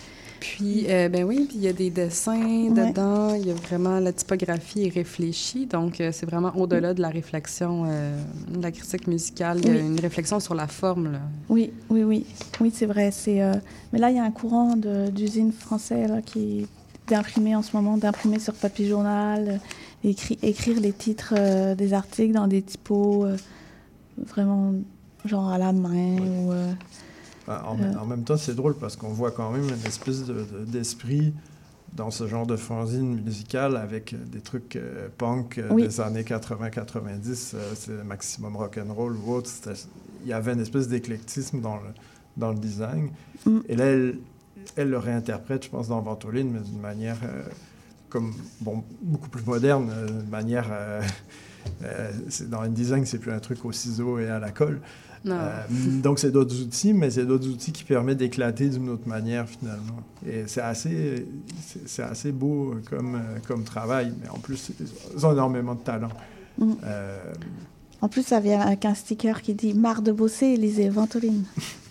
Puis, euh, ben oui, puis il y a des dessins ouais. dedans, il y a vraiment, la typographie est réfléchie, donc euh, c'est vraiment au-delà de la réflexion, euh, de la critique musicale, il y a oui. une réflexion sur la forme, là. Oui, oui, oui, oui, c'est vrai, c'est... Euh... Mais là, il y a un courant de, d'usines français, là, qui... d'imprimer en ce moment, d'imprimer sur papier journal, écri- écrire les titres euh, des articles dans des typos euh, vraiment genre à la main. Ou, euh, ben, en, euh, en même temps, c'est drôle parce qu'on voit quand même une espèce de, de, d'esprit dans ce genre de fanzine musicale avec des trucs euh, punk euh, oui. des années quatre-vingts quatre-vingt-dix, euh, c'est Maximum Rock'n'Roll ou autre. Il y avait une espèce d'éclectisme dans le, dans le design. Mm. Et là, elle, elle le réinterprète, je pense, dans Ventoline, mais d'une manière euh, comme, bon, beaucoup plus moderne, euh, d'une manière... Euh, euh, c'est, dans InDesign, c'est plus un truc au ciseau et à la colle. Euh, donc, c'est d'autres outils, mais c'est d'autres outils qui permettent d'éclater d'une autre manière, finalement. Et c'est assez, c'est, c'est assez beau comme, comme travail, mais en plus, ils ont énormément de talent. Mmh. Euh... En plus, ça vient avec un sticker qui dit « Marre de bosser, lisez Ventoline ».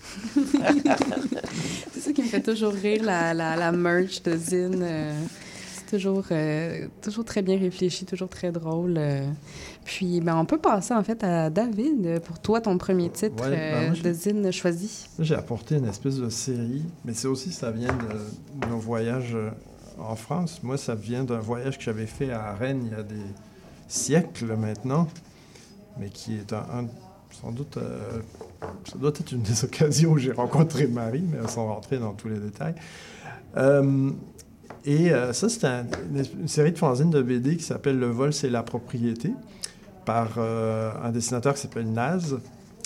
C'est ça qui me fait toujours rire, la, la, la merch de Zine. Euh, c'est toujours, euh, toujours très bien réfléchi, toujours très drôle. Euh. Puis, ben, on peut passer, en fait, à David, pour toi, ton premier titre ouais, ben, moi, euh, de Zine choisi. J'ai apporté une espèce de série, mais c'est aussi, ça vient de, de nos voyages en France. Moi, ça vient d'un voyage que j'avais fait à Rennes il y a des siècles maintenant, mais qui est un... un sans doute, euh, ça doit être une des occasions où j'ai rencontré Marie, mais elles sont rentrées dans tous les détails. Euh, et euh, ça, c'est un, une, une série de fanzines de B D qui s'appelle « Le vol, c'est la propriété » par euh, un dessinateur qui s'appelle Naz.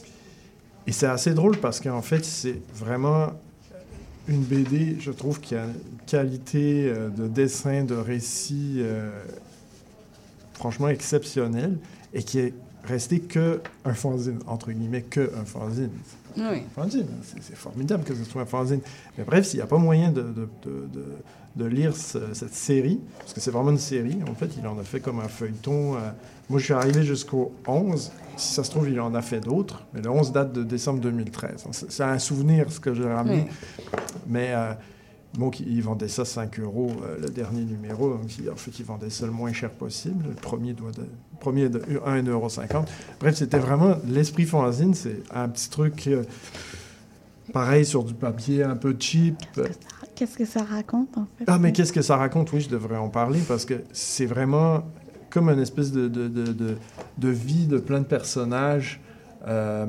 Et c'est assez drôle parce qu'en fait, c'est vraiment une B D, je trouve, qui a une qualité euh, de dessin, de récit euh, franchement exceptionnelle et qui est resté que un fanzine, entre guillemets, que un fanzine. Oui. Un fanzine, c'est, c'est formidable que ce soit un fanzine. Mais bref, s'il n'y a pas moyen de, de, de, de, de lire ce, cette série, parce que c'est vraiment une série, en fait, il en a fait comme un feuilleton. Euh, moi, je suis arrivé jusqu'au onze. Si ça se trouve, il en a fait d'autres. Mais le onze date de décembre deux mille treize. C'est, c'est un souvenir, ce que j'ai ramené. Oui. Mais... Euh, Bon, ils vendaient ça cinq euros, euh, le dernier numéro. Donc, en fait, ils vendaient ça le moins cher possible. Le premier doit de, le premier de un euro cinquante. Bref, c'était vraiment l'esprit fanzine. C'est un petit truc euh, pareil sur du papier un peu cheap. Qu'est-ce que ça raconte, en fait? Ah, mais qu'est-ce que ça raconte? Oui, je devrais en parler parce que c'est vraiment comme une espèce de, de, de, de, de vie de plein de personnages euh,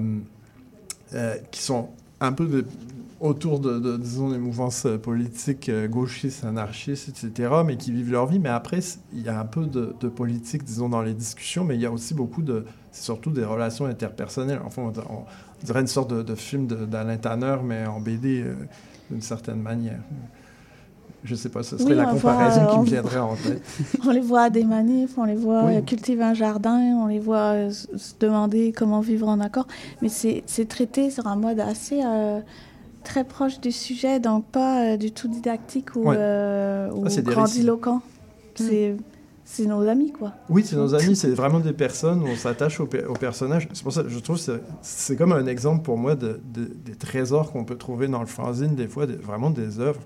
euh, qui sont un peu de... autour de, de, disons, des mouvances politiques euh, gauchistes, anarchistes, et cetera, mais qui vivent leur vie. Mais après, il y a un peu de, de politique, disons, dans les discussions, mais il y a aussi beaucoup de... C'est surtout des relations interpersonnelles. Enfin, on, on, on dirait une sorte de, de film de, d'Alain Tanner, mais en B D, euh, d'une certaine manière. Je ne sais pas, ce serait oui, la comparaison voit, qui on... me viendrait en tête. On les voit à des manifs, on les voit oui. cultiver un jardin, on les voit euh, se demander comment vivre en accord. Mais c'est, c'est traité sur un mode assez... Euh, très proche du sujet, donc pas euh, du tout didactique ou, ouais. euh, ou ah, grandiloquent. C'est, c'est nos amis, quoi. Oui, c'est nos amis, c'est vraiment des personnes où on s'attache aux, pe- aux personnages. C'est pour ça que je trouve que c'est, c'est comme un exemple pour moi de, de, des trésors qu'on peut trouver dans le fanzine, des fois, des, vraiment des œuvres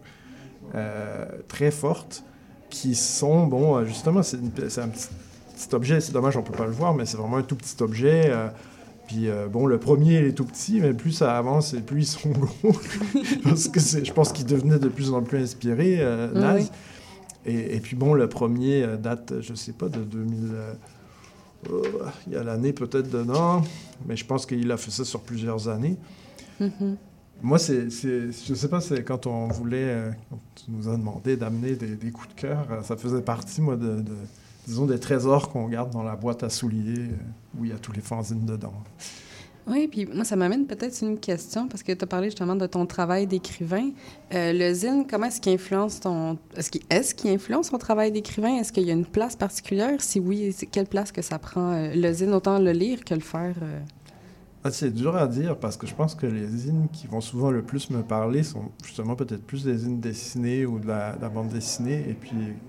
euh, très fortes qui sont, bon, justement, c'est, une, c'est un petit, petit objet, c'est dommage, on ne peut pas le voir, mais c'est vraiment un tout petit objet. Euh, Puis, euh, bon, le premier, il est tout petit, mais plus ça avance et plus ils sont gros. Parce que c'est, je pense qu'ils devenaient de plus en plus inspirés, euh, Naz. Oui. Et, et puis, bon, le premier euh, date, je ne sais pas, de deux mille... Euh, euh, il y a l'année peut-être dedans, mais je pense qu'il a fait ça sur plusieurs années. Mm-hmm. Moi, c'est, c'est, je ne sais pas, c'est quand on voulait... Euh, quand tu nous as demandé d'amener des, des coups de cœur, euh, ça faisait partie, moi, de... de disons, des trésors qu'on garde dans la boîte à souliers, euh, où il y a tous les fanzines dedans. Oui, puis moi, ça m'amène peut-être une question, parce que tu as parlé justement de ton travail d'écrivain. Euh, le zine, comment est-ce qu'il influence ton... Est-ce qu'il, est-ce qu'il influence ton travail d'écrivain? Est-ce qu'il y a une place particulière? Si oui, quelle place que ça prend? Euh, le zine, autant le lire que le faire? Euh... Ah, c'est dur à dire, parce que je pense que les zines qui vont souvent le plus me parler sont justement peut-être plus des zines dessinées ou de la, de la bande dessinée, et puis...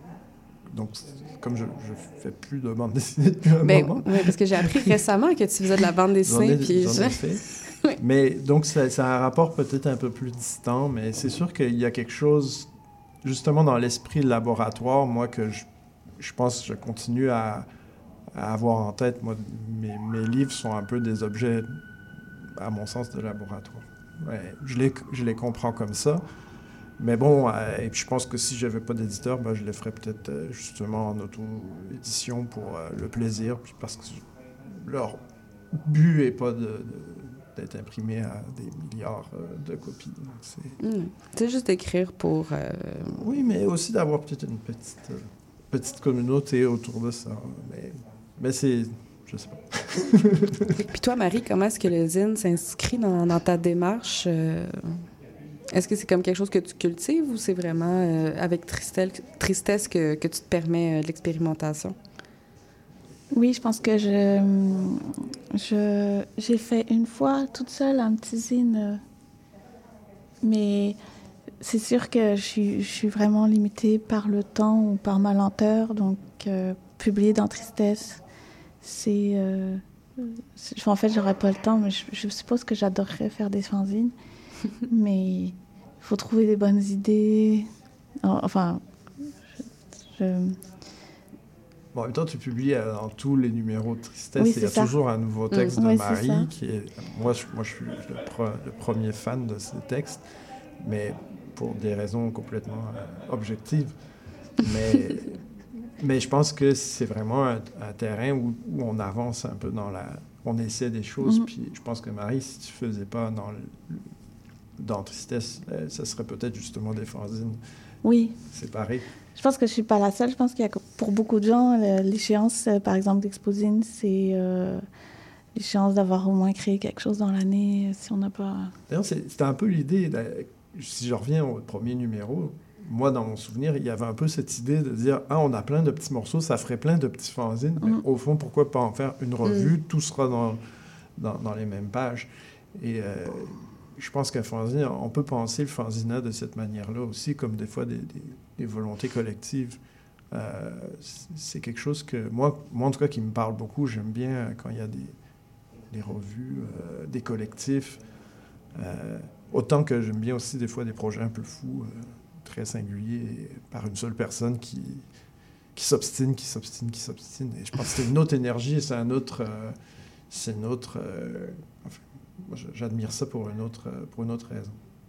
Donc, comme je ne fais plus de bande dessinée depuis un ben, moment... Oui, parce que j'ai appris récemment que tu faisais de la bande dessinée. J'en ai, puis j'en ai je... fait. Oui. Mais donc, ça, ça a un rapport peut-être un peu plus distant, mais c'est sûr qu'il y a quelque chose justement dans l'esprit de laboratoire, moi, que je, je pense que je continue à, à avoir en tête. Moi, mes, mes livres sont un peu des objets, à mon sens, de laboratoire. Ouais, je, les, je les comprends comme ça. Mais bon, euh, et puis je pense que si je n'avais pas d'éditeur, ben, je les ferais peut-être euh, justement en auto-édition pour euh, le plaisir, puis parce que leur but n'est pas de, de, d'être imprimé à des milliards euh, de copies. C'est mmh. C'est juste écrire pour... Euh... Oui, mais aussi d'avoir peut-être une petite, euh, petite communauté autour de ça. Mais, mais c'est... Je sais pas. Puis toi, Marie, comment est-ce que le zine s'inscrit dans, dans ta démarche? Euh... Est-ce que c'est comme quelque chose que tu cultives ou c'est vraiment euh, avec tristesse, tristesse que, que tu te permets euh, de l'expérimentation? Oui, je pense que je, je j'ai fait une fois toute seule un petit zine, euh, mais c'est sûr que je suis, je suis vraiment limitée par le temps ou par ma lenteur, donc euh, publier dans Tristesse, c'est, euh, c'est... En fait, j'aurais pas le temps, mais je, je suppose que j'adorerais faire des fanzines, mais il faut trouver des bonnes idées. Enfin, je... je... Bon, en même temps, tu publies dans tous les numéros de Tristesse, oui, et il y a ça. toujours un nouveau texte mmh. de oui, Marie, qui est... Moi je, moi, je suis le, pre, le premier fan de ces textes, mais pour des raisons complètement euh, objectives. Mais, mais je pense que c'est vraiment un, un terrain où, où on avance un peu dans la... On essaie des choses, mmh. puis je pense que Marie, si tu ne faisais pas dans, le, dans Tristesse, euh, ça serait peut-être justement des fanzines oui. séparées. Je pense que je ne suis pas la seule. Je pense qu'il y a, pour beaucoup de gens, l'échéance, par exemple, d'Exposine, c'est euh, l'échéance d'avoir au moins créé quelque chose dans l'année, si on n'a pas... D'ailleurs, c'était un peu l'idée, si je reviens au premier numéro, moi, dans mon souvenir, il y avait un peu cette idée de dire « Ah, on a plein de petits morceaux, ça ferait plein de petits fanzines. Mm. » Au fond, pourquoi pas en faire une revue? Mm. Tout sera dans, dans, dans les mêmes pages. Et euh, je pense qu'un fanzine, on peut penser le fanzinat de cette manière-là aussi, comme des fois des... des des volontés collectives. Euh, c'est quelque chose que, moi, moi, en tout cas, qui me parle beaucoup. J'aime bien quand il y a des, des revues, euh, des collectifs. Euh, autant que j'aime bien aussi, des fois, des projets un peu fous, euh, très singuliers, par une seule personne qui, qui s'obstine, qui s'obstine, qui s'obstine. Et je pense que c'est une autre énergie, c'est un autre... Euh, c'est une autre... Euh, enfin, moi, j'admire ça pour une autre, pour une autre raison.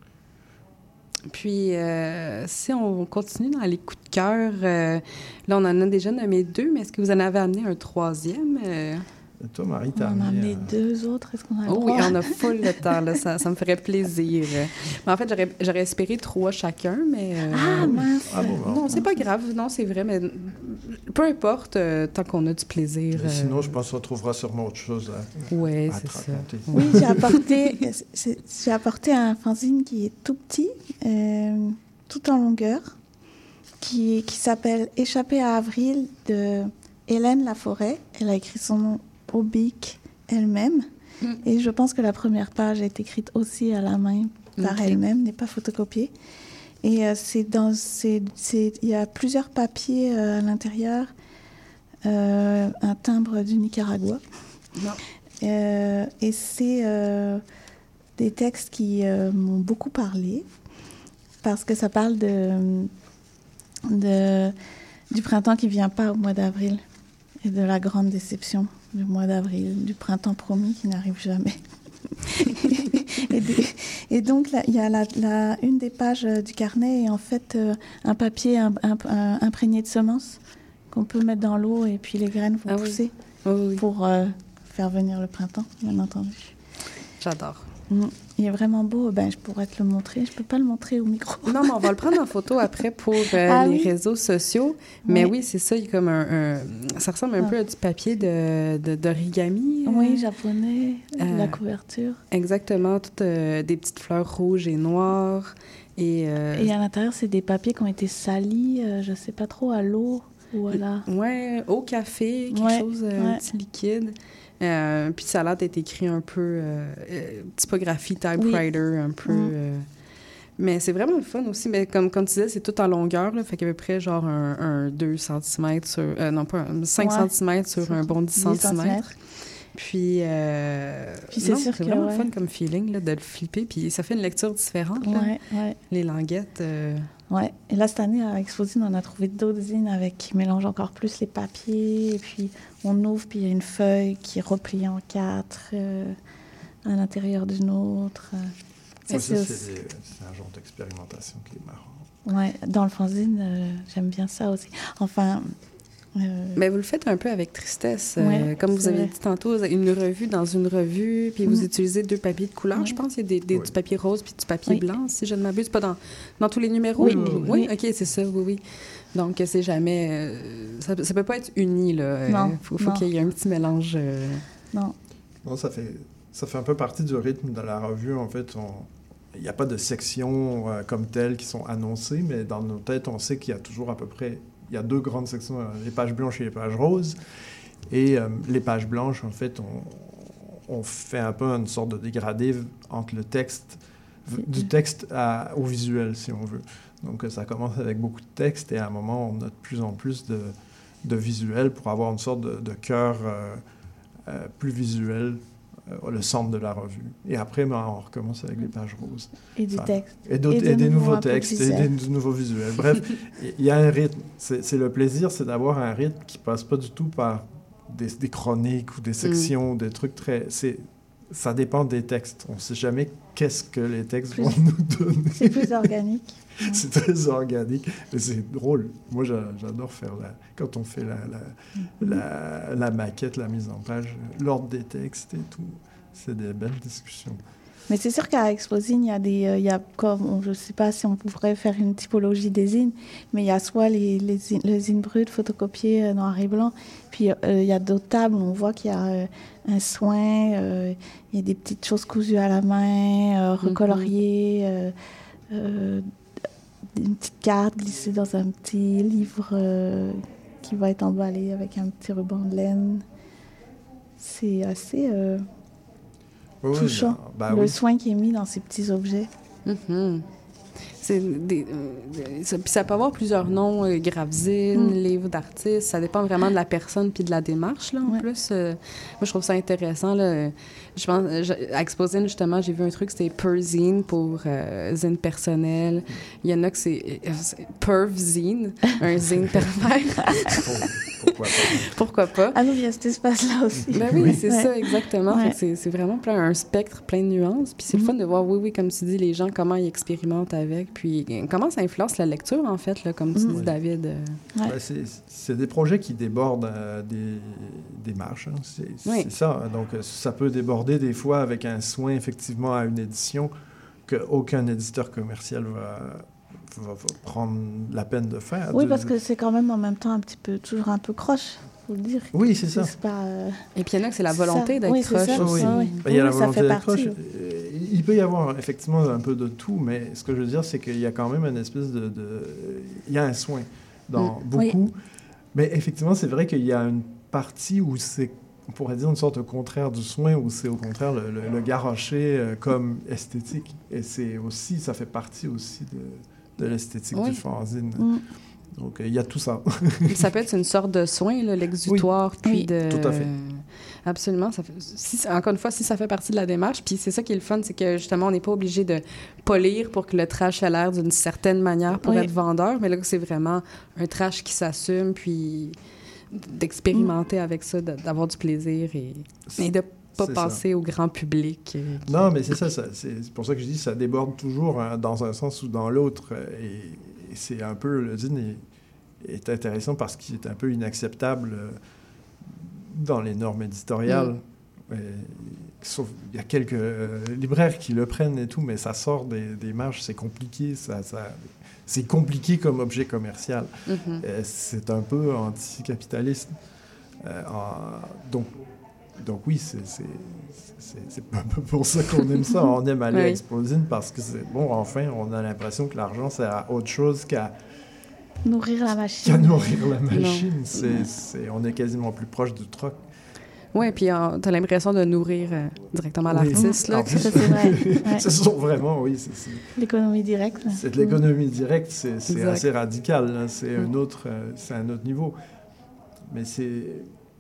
Puis, euh, si on continue dans les coups de cœur, euh, là, on en a déjà nommé deux, mais est-ce que vous en avez amené un troisième? Euh... Toi, Marie, t'as amené... On en a amené euh... deux autres. Est-ce qu'on a oh, oui, on a full le temps, là. Ça, ça me ferait plaisir. Mais en fait, j'aurais, j'aurais espéré trois chacun, mais... Euh... Ah, mince! Ah, bon, bon, non, c'est pas grave. Non, c'est vrai, mais peu importe, euh, tant qu'on a du plaisir. Mais sinon, euh... je pense qu'on trouvera sûrement autre chose à, ouais, à c'est te raconter. Ça. Oui, j'ai apporté, j'ai apporté un fanzine qui est tout petit, euh, tout en longueur, qui, qui s'appelle « Échappée à avril » de Hélène Laforêt. Elle a écrit son nom au bic elle-même. Mm. Et je pense que la première page est écrite aussi à la main par okay. elle-même, n'est pas photocopiée. Et euh, c'est dans, c'est, c'est, il y a plusieurs papiers euh, à l'intérieur, euh, un timbre du Nicaragua. Euh, et c'est euh, des textes qui euh, m'ont beaucoup parlé, parce que ça parle de, de, du printemps qui ne vient pas au mois d'avril, et de la grande déception du mois d'avril, du printemps promis qui n'arrive jamais. et, des, et donc, il y a la, la, une des pages du carnet est en fait euh, un papier un, un, un, imprégné de semences qu'on peut mettre dans l'eau et puis les graines vont ah, pousser oui. Oui, oui. pour euh, faire venir le printemps, bien entendu. J'adore. Mmh. Il est vraiment beau. Ben, je pourrais te le montrer. Je ne peux pas le montrer au micro. Non, mais on va le prendre en photo après pour euh, ah, les oui? réseaux sociaux. Mais oui, oui c'est ça. Il y a comme un, un... Ça ressemble un ah. peu à du papier de, de, d'origami. Oui, euh... japonais. Euh, la couverture. Exactement. Toutes euh, des petites fleurs rouges et noires. Et, euh... et à l'intérieur, c'est des papiers qui ont été salis, euh, je ne sais pas trop, à l'eau ou à la... Oui, au café, quelque ouais, chose, euh, ouais. un petit liquide. Euh, puis ça a l'air d'être écrit un peu euh, euh, typographie typewriter, oui. un peu. Mm. Euh, mais c'est vraiment le fun aussi. Mais comme, comme tu disais, c'est tout en longueur, là, fait qu'à peu près genre un, un deux centimètres sur. Euh, non, pas un cinq ouais. centimètres sur un bon dix centimètres. Puis, euh, puis c'est, non, sûr c'est que, vraiment ouais. fun comme feeling là, de le flipper. Puis ça fait une lecture différente. Là. Ouais, ouais. Les languettes. Euh... Ouais. Et là, cette année, à Exposine, on a trouvé d'autres zines avec, qui mélangent encore plus les papiers. Et puis, on ouvre, puis il y a une feuille qui est repliée en quatre euh, à l'intérieur d'une autre. Ça, ouais, c'est, ça, c'est, des, c'est un genre d'expérimentation qui est marrant. Ouais, dans le fanzine, euh, j'aime bien ça aussi. Enfin... Euh... Mais vous le faites un peu avec tristesse. Ouais, euh, comme vous avez vrai. dit tantôt, une revue dans une revue, puis mmh. vous utilisez deux papiers de couleur, mmh. je pense. Il y a des, des, oui. du papier rose puis du papier oui. blanc, si je ne m'abuse. Pas dans, dans tous les numéros? Oui. Oui, oui. oui. OK, c'est ça, oui, oui. Donc, c'est jamais... Euh, ça ne peut pas être uni, là. Non. Il faut, faut qu'il y ait un petit mélange. Euh... Non. Non, ça fait, ça fait un peu partie du rythme de la revue. En fait, il n'y a pas de sections euh, comme telles qui sont annoncées, mais dans nos têtes, on sait qu'il y a toujours à peu près... Il y a deux grandes sections, les pages blanches et les pages roses. Et euh, les pages blanches, en fait, on, on fait un peu une sorte de dégradé entre le texte, du texte à, au visuel, si on veut. Donc, ça commence avec beaucoup de texte et à un moment, on a de plus en plus de, de visuels pour avoir une sorte de, de cœur euh, euh, plus visuel, euh, le centre de la revue. Et après, ben, on recommence avec les pages roses. Et du ça, texte. Et, et, de et des nouveaux textes, et des, des nouveaux visuels. Bref, il y a un rythme. C'est, c'est le plaisir, c'est d'avoir un rythme qui ne passe pas du tout par des, des chroniques ou des sections, mm. des trucs très... C'est, ça dépend des textes. On ne sait jamais qu'est-ce que les textes plus, vont nous donner. C'est plus organique. C'est très organique, mais c'est drôle. Moi, j'adore faire la... Quand on fait la, la, mm-hmm. la, la maquette, la mise en page, l'ordre des textes et tout, c'est des belles discussions. Mais c'est sûr qu'à Exposine, il y a des... Euh, il y a comme, je ne sais pas si on pourrait faire une typologie des zines, mais il y a soit les, les, zines, les zines brutes photocopiées euh, noir et blanc, puis euh, il y a d'autres tables où on voit qu'il y a euh, un soin, euh, il y a des petites choses cousues à la main, euh, recoloriées, euh, euh, une petite carte glissée dans un petit livre euh, qui va être emballé avec un petit ruban de laine. C'est assez euh, oui, touchant, bah, le oui. soin qui est mis dans ces petits objets. Mm-hmm. C'est des, euh, ça, puis ça peut avoir plusieurs noms, euh, gravzine, mm. livre d'artiste, ça dépend vraiment de la personne puis de la démarche, là, en ouais. plus. Euh, moi, je trouve ça intéressant, là. Je pense, je, à Exposine, justement, j'ai vu un truc, c'était Perzine pour euh, zine personnel. Il y en a que c'est, euh, c'est Pervzine, un zine pervers. Pourquoi pas? Pourquoi pas? Ah, nous, il y a cet espace-là aussi. Ben oui, oui. c'est ouais. ça, exactement. Ouais. C'est, c'est vraiment plein, un spectre plein de nuances. Puis c'est mm-hmm. le fun de voir, oui, oui, comme tu dis, les gens, comment ils expérimentent avec. Puis comment ça influence la lecture, en fait, là, comme tu mm-hmm. dis, David. Euh... Ouais. Ben, c'est, c'est des projets qui débordent euh, des, des marches. Hein. C'est, oui. c'est ça. Donc, ça peut déborder des fois avec un soin, effectivement, à une édition qu'aucun éditeur commercial va... Va, va prendre la peine de faire. Oui, de... parce que c'est quand même en même temps un petit peu, toujours un peu croche, il faut le dire. Oui, c'est ça. C'est pas, euh... Et puis il y en a que c'est la volonté ça. d'être oui, croche ça, aussi. Oui, ben, il y a oui, la volonté d'être partie, croche. Oui. Il peut y avoir effectivement un peu de tout, mais ce que je veux dire, c'est qu'il y a quand même une espèce de... de... Il y a un soin dans mm. beaucoup. Oui. Mais effectivement, c'est vrai qu'il y a une partie où c'est, on pourrait dire, une sorte de contraire du soin, où c'est au contraire le, le, le garocher euh, comme esthétique. Et c'est aussi, ça fait partie aussi de... de l'esthétique oui. du fanzine. Mm. Donc, il euh, y a tout ça. Ça peut être une sorte de soin, là, l'exutoire, oui. puis oui, de... tout à fait. Absolument. Ça fait... si, encore une fois, si ça fait partie de la démarche, puis c'est ça qui est le fun, c'est que, justement, on n'est pas obligé de polir pour que le trash ait l'air d'une certaine manière pour oui. être vendeur, mais là, c'est vraiment un trash qui s'assume, puis d'expérimenter mm. avec ça, d'avoir du plaisir et, et de pas c'est passer ça. Au grand public. Euh, qui... Non, mais c'est ça, ça c'est pour ça que je dis ça déborde toujours hein, dans un sens ou dans l'autre. Et, et c'est un peu, le zine est, est intéressant parce qu'il est un peu inacceptable euh, dans les normes éditoriales. Mm. Et, sauf, il y a quelques euh, libraires qui le prennent et tout, mais ça sort des, des marges, c'est compliqué, ça, ça, c'est compliqué comme objet commercial. Mm-hmm. Et c'est un peu anticapitaliste. Euh, en, donc, Donc oui, c'est, c'est, c'est, c'est un peu pour ça qu'on aime ça. On aime aller oui. à Exposine parce que c'est bon, enfin, on a l'impression que l'argent sert à autre chose qu'à nourrir la machine. Qu'à nourrir la machine. C'est, c'est, on est quasiment plus proche du troc. Oui, puis euh, tu as l'impression de nourrir euh, directement oui. l'artiste. Là, plus, ça, c'est vrai. Ouais. Ce sont vraiment, oui. C'est, c'est... L'économie directe. C'est de l'économie directe, c'est, c'est assez radical. Hein. C'est, mm. un autre, euh, c'est un autre niveau. Mais c'est...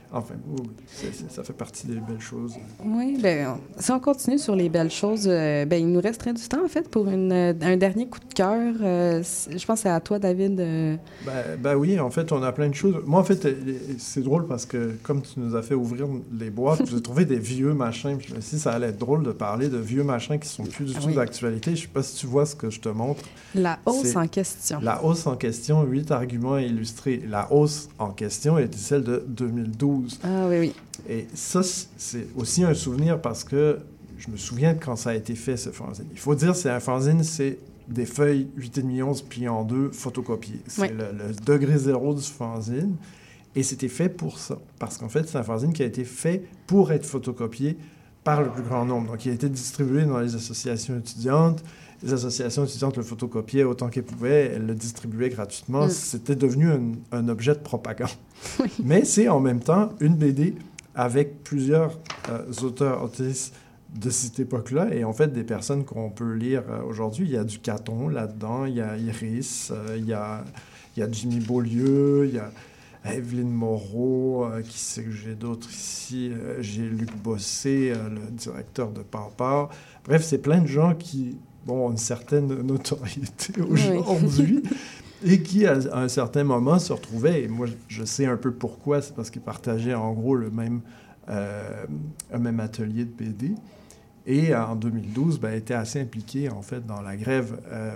Enfin, oui, oui, c'est, c'est, ça fait partie des belles choses. Oui, bien, si on continue sur les belles choses, euh, bien, il nous resterait du temps, en fait, pour une, un dernier coup de cœur. Euh, je pense que c'est à toi, David. Euh... Ben, ben oui, en fait, on a plein de choses. Moi, en fait, c'est drôle parce que, comme tu nous as fait ouvrir les boîtes, j'ai trouvé des vieux machins. Je me suis dit, ça allait être drôle de parler de vieux machins qui sont plus du ah, tout oui. d'actualité. Je ne sais pas si tu vois ce que je te montre. La hausse c'est en question. La hausse en question, huit arguments illustrés. La hausse en question était celle de deux mille douze. Ah oui, oui. Et ça, c'est aussi un souvenir parce que je me souviens de quand ça a été fait, ce fanzine. Il faut dire, c'est un fanzine, c'est des feuilles huit virgule cinq onces pliées en deux, photocopiées. C'est oui. le, le degré zéro du fanzine. Et c'était fait pour ça. Parce qu'en fait, c'est un fanzine qui a été fait pour être photocopié par le plus grand nombre. Donc, il a été distribué dans les associations étudiantes. Les associations étudiantes le photocopiaient autant qu'elles pouvaient, elles le distribuaient gratuitement. Mm. C'était devenu un, un objet de propagande. Oui. Mais c'est en même temps une B D avec plusieurs euh, auteurs autistes de cette époque-là, et en fait des personnes qu'on peut lire euh, aujourd'hui. Il y a du Caton là-dedans, il y a Iris, euh, il, y a, il y a Jimmy Beaulieu, il y a Evelyne Moreau, euh, qui sait que j'ai d'autres ici, euh, j'ai Luc Bossé, euh, le directeur de Parpar. Bref, c'est plein de gens qui bon, ont une certaine notoriété aujourd'hui. Oui. Et qui, à un certain moment, se retrouvaient, et moi, je sais un peu pourquoi, c'est parce qu'ils partageaient, en gros, le même, euh, un même atelier de B D. Et en deux mille douze, ben, étaient assez impliqués, en fait, dans la grève euh,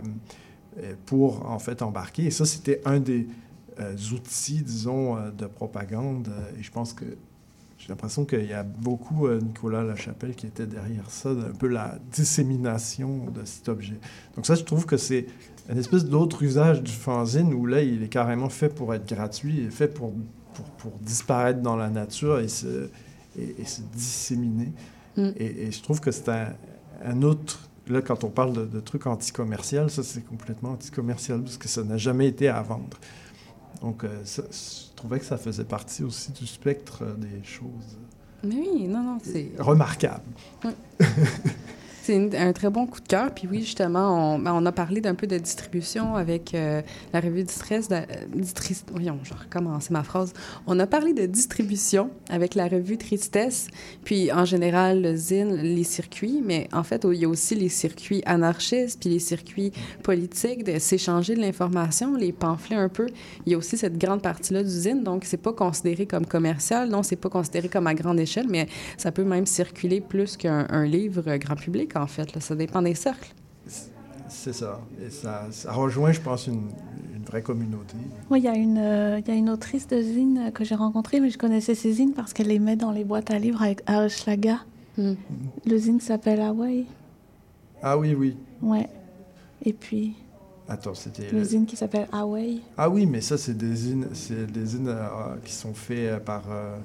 pour, en fait, embarquer. Et ça, c'était un des euh, outils, disons, euh, de propagande. Et je pense que j'ai l'impression qu'il y a beaucoup, euh, Nicolas Lachapelle, qui était derrière ça, un peu la dissémination de cet objet. Donc ça, je trouve que c'est une espèce d'autre usage du fanzine où là, il est carrément fait pour être gratuit, il est fait pour, pour, pour disparaître dans la nature et se, et, et se disséminer. Mm. Et, et je trouve que c'est un, un autre... Là, quand on parle de, de trucs anti-commerciaux, ça, c'est complètement anti-commercial parce que ça n'a jamais été à vendre. Donc, euh, ça, je trouvais que ça faisait partie aussi du spectre des choses. Mais oui, non, non, c'est... remarquable. Oui. C'est une, un très bon coup de cœur. Puis oui, justement, on, on a parlé d'un peu de distribution avec euh, la revue Distress. De, distri, voyons, je recommence ma phrase. On a parlé de distribution avec la revue Tristesse. Puis en général, le zine, les circuits. Mais en fait, il y a aussi les circuits anarchistes puis les circuits politiques, de s'échanger de l'information, les pamphlets un peu. Il y a aussi cette grande partie-là du zine. Donc, c'est pas considéré comme commercial. Non, c'est pas considéré comme à grande échelle, mais ça peut même circuler plus qu'un un livre grand public. En fait, là, ça dépend des cercles. C'est ça. Et ça, ça rejoint, je pense, une, une vraie communauté. Oui, il y a une, euh, y a une autrice de zine que j'ai rencontrée, mais je connaissais ses zines parce qu'elle les met dans les boîtes à livres avec à Hochelaga. Mm. Mm. Le zine s'appelle Hawaii. Ah oui, oui. Ouais. Et puis... Attends, c'était... Le, le zine qui s'appelle Hawaii. Ah oui, mais ça, c'est des zines, c'est des zines euh, qui sont faits par... Euh...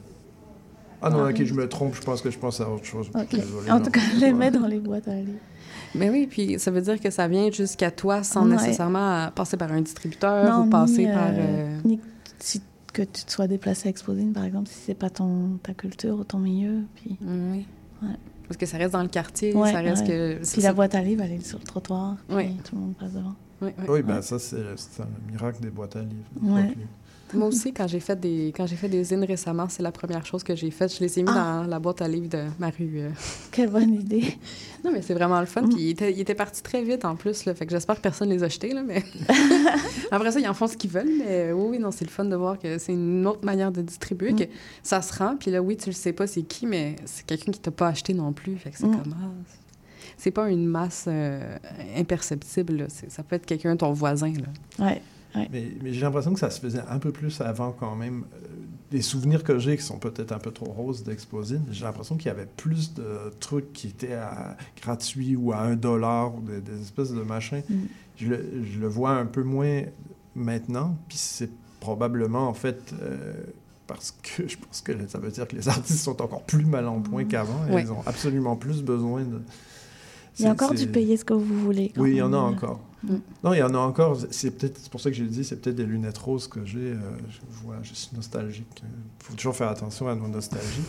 Ah non, ah, ok, oui. Je me trompe, je pense que je pense à autre chose. Okay. Désolé, en non. tout cas, je les mets dans les boîtes à livres. Mais oui, puis ça veut dire que ça vient jusqu'à toi sans ouais. nécessairement passer par un distributeur non, ou passer ni, par... Euh, euh... Ni si, que tu te sois déplacé à Exposine, par exemple, si c'est pas ton, ta culture ou ton milieu. Puis... Oui. Ouais. Parce que ça reste dans le quartier, ouais, ça reste ouais. que... Puis la boîte à livres, elle est sur le trottoir, oui. tout le monde passe devant. Oui, oui. oui ben ouais. ça, c'est, c'est un miracle des boîtes à livres. Ouais. Moi aussi, quand j'ai fait des quand j'ai fait des zines récemment, c'est la première chose que j'ai faite. Je les ai mis ah. dans la boîte à livres de ma rue. Euh. Quelle bonne idée! Non, mais c'est vraiment le fun. Mm. Puis il était, il était parti très vite en plus, là, fait que j'espère que personne ne les a jetés. Là, mais... Après ça, ils en font ce qu'ils veulent. Mais oui, oui, non, c'est le fun de voir que c'est une autre manière de distribuer, mm. que ça se rend. Puis là, oui, tu le sais pas c'est qui, mais c'est quelqu'un qui t'a pas acheté non plus. Fait que c'est mm. comme... Ah, c'est pas une masse euh, imperceptible. Là. C'est, ça peut être quelqu'un, ton voisin. Là. Ouais. Ouais. Mais, mais j'ai l'impression que ça se faisait un peu plus avant quand même. Euh, des souvenirs que j'ai qui sont peut-être un peu trop roses d'Exposine, j'ai l'impression qu'il y avait plus de trucs qui étaient à, gratuits ou à un dollar ou des, des espèces de machins. Mm. Je, le, je le vois un peu moins maintenant, puis c'est probablement en fait euh, parce que je pense que ça veut dire que les artistes sont encore plus mal en point mm. qu'avant et ouais. ils ont absolument plus besoin de... Il y a encore c'est... du payer ce que vous voulez. Oui, il y en a encore. Mm. Non, il y en a encore. C'est, peut-être, c'est pour ça que j'ai dit, c'est peut-être des lunettes roses que j'ai. Euh, je, vois, je suis nostalgique. Il faut toujours faire attention à nos nostalgies.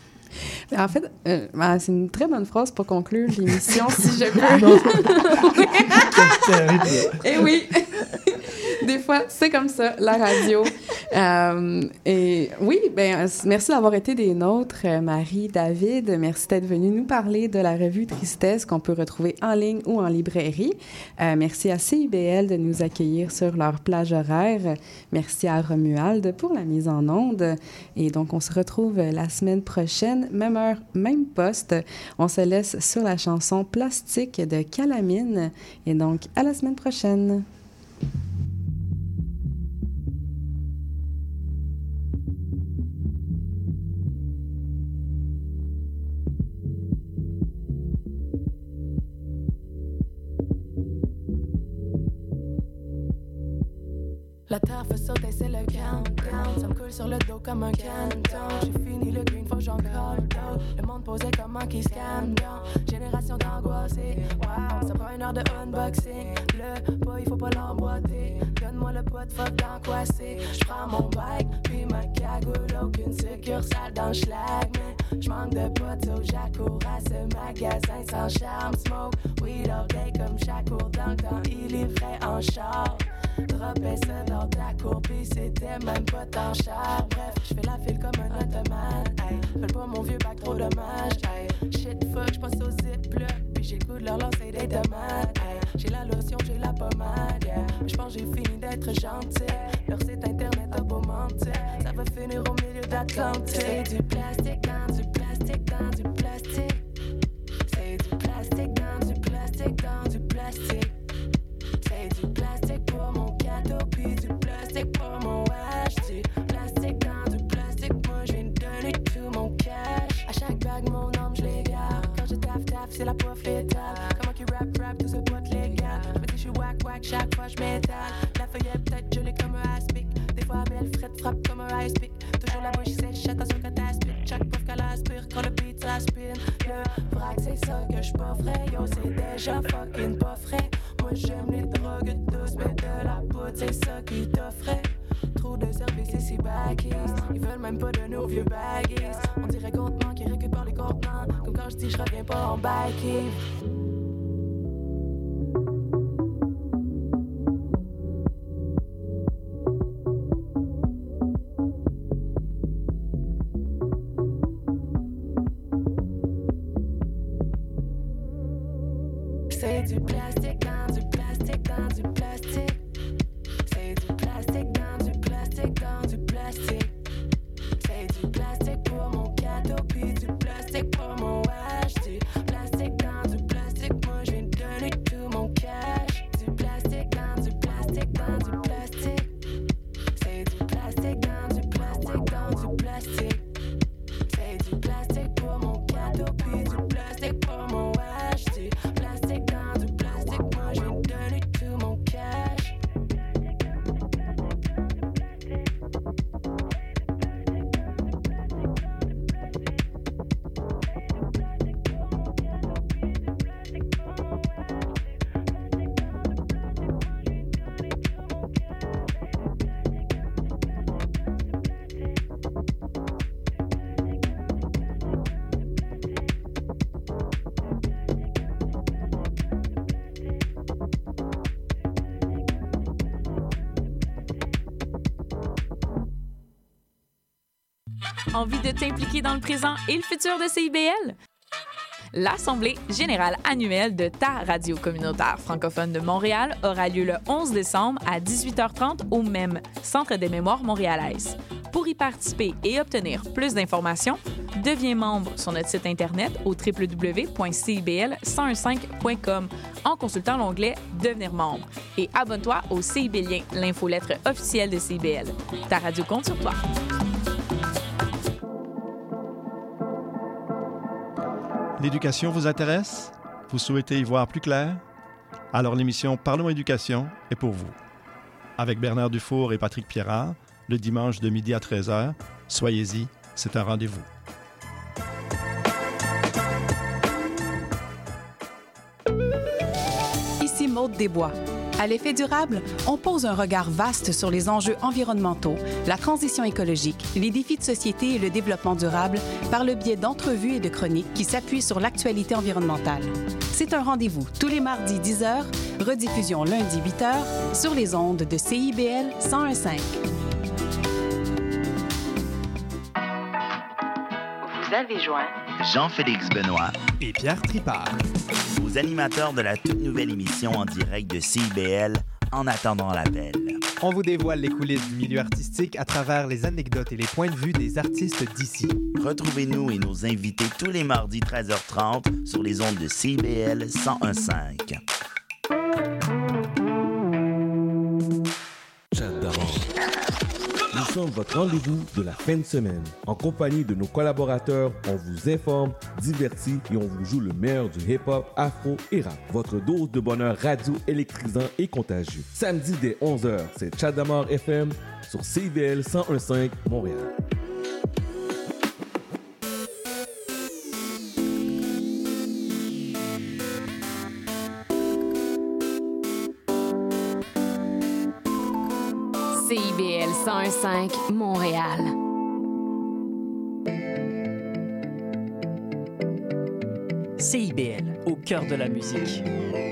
En fait, euh, ben, c'est une très bonne phrase pour conclure l'émission, si je peux. Quel terrible. Eh oui! Des fois, c'est comme ça, la radio. Euh, et oui, ben, merci d'avoir été des nôtres, Marie, David. Merci d'être venus nous parler de la revue Tristesse qu'on peut retrouver en ligne ou en librairie. Euh, merci à C I B L de nous accueillir sur leur plage horaire. Merci à Romuald pour la mise en onde. Et donc, on se retrouve la semaine prochaine, même heure, même poste. On se laisse sur la chanson Plastique de Calamine. Et donc, à la semaine prochaine. La terre fait sauter, c'est le countdown. Ça me coule sur le dos comme un canton. J'ai fini le green, faut que j'en colle d'autres. Le monde posait comme un qui scanne down. Génération d'angoissés, wow. Ça prend une heure de unboxing. Le boy, il faut pas l'emboîter. Donne-moi le pot de fuck d'angoissé. J'prends mon bike, puis ma cagoule. Aucune succursale dans le schlag. Mais j'manque de potes, so j'accours à ce magasin sans charme. Smoke, weed all day comme chaque cours dans quand il livrait en char. Dropais ça dans ta cour, pis c'était même pas tant cher. Bref, j'fais la file comme un automate. Ay, fais pas mon vieux bac, trop dommage. Ay, shit fuck, j'passe au zip là, pis j'ai le goût de leur lancer des tomates. Ay, j'ai la lotion, j'ai la pommade. Yeah. Mais j'pense j'ai fini d'être gentil. Leur site internet a beau mentir, ça va finir au milieu d'Atlantique. C'est du plastique dans du plastique dans du plastique. C'est du plastique dans du plastique dans du plastique. C'est du plastique pour mon cadeau, puis du plastique pour mon wesh. Du plastique dans du plastique, moi je viens de donner tout mon cash. À chaque bague, mon âme, je les garde. Quand je taffe, taffe, c'est la poif létale. Comment qu'ils rap, rap, tout ce pote légal. Je me dis, je suis wack, wack, chaque fois je m'étale. La feuille est peut-être gelée comme un aspic. Des fois, belle frette frappe comme un ice pick. Toujours la bouche sèche, attention quand t'aspires. Chaque pof qu'elle aspire, quand le beat s'aspire. Le vrac, c'est ça que je pas frais. Yo, c'est déjà fucking pas frais. Moi j'aime les drogues douces, mais de la poudre, c'est ça qui t'offrait. Trop de services ici baggies, ils veulent même pas de nos vieux baggies. On dirait contenant qui récupère les contenants, comme quand je dis je reviens pas en bike. C'est du plastique dans du plastique dans du plastique. C'est du plastique dans du plastique dans du plastique. C'est du plastique pour mon cadeau, puis du plastique pour mon wesh. Du plastique dans du plastique, moi je viens de donner tout mon cash. Du plastique dans du plastique dans du plastique. C'est du plastique dans du plastique dans du plastique. C'est du plastique pour mon cadeau, puis du plastique pour mon wesh. Du plastique dans du plastique, moi je viens de donner tout mon cash. Envie de t'impliquer dans le présent et le futur de C I B L? L'Assemblée générale annuelle de ta radio communautaire francophone de Montréal aura lieu le onze décembre à dix-huit heures trente au M E M, Centre des mémoires montréalaises. Pour y participer et obtenir plus d'informations, deviens membre sur notre site Internet au w w w point c i b l cent quinze point com en consultant l'onglet « Devenir membre » et abonne-toi au C I B Lien, l'infolettre officielle de C I B L. Ta radio compte sur toi. L'éducation vous intéresse? Vous souhaitez y voir plus clair? Alors l'émission Parlons éducation est pour vous. Avec Bernard Dufour et Patrick Pierrard, le dimanche de midi à treize heures, soyez-y, c'est un rendez-vous. Ici Maude Desbois. À l'effet durable, on pose un regard vaste sur les enjeux environnementaux, la transition écologique, les défis de société et le développement durable par le biais d'entrevues et de chroniques qui s'appuient sur l'actualité environnementale. C'est un rendez-vous tous les mardis dix heures, rediffusion lundi huit heures sur les ondes de C I B L cent quinze. Vous avez joint Jean-Félix Benoît et Pierre Tripart, aux animateurs de la toute nouvelle émission en direct de C I B L, En attendant l'appel. On vous dévoile les coulisses du milieu artistique à travers les anecdotes et les points de vue des artistes d'ici. Retrouvez-nous et nos invités tous les mardis treize heures trente sur les ondes de C I B L cent un virgule cinq. Chat d'avant. Nous sommes votre rendez-vous de la fin de semaine. En compagnie de nos collaborateurs, on vous informe, divertit et on vous joue le meilleur du hip-hop, afro et rap. Votre dose de bonheur radio électrisant et contagieux. Samedi dès onze heures, c'est Chat d'Amour F M sur C I B L cent un virgule cinq Montréal. C I B L cent un virgule cinq Montréal. C I B L, au cœur de la musique.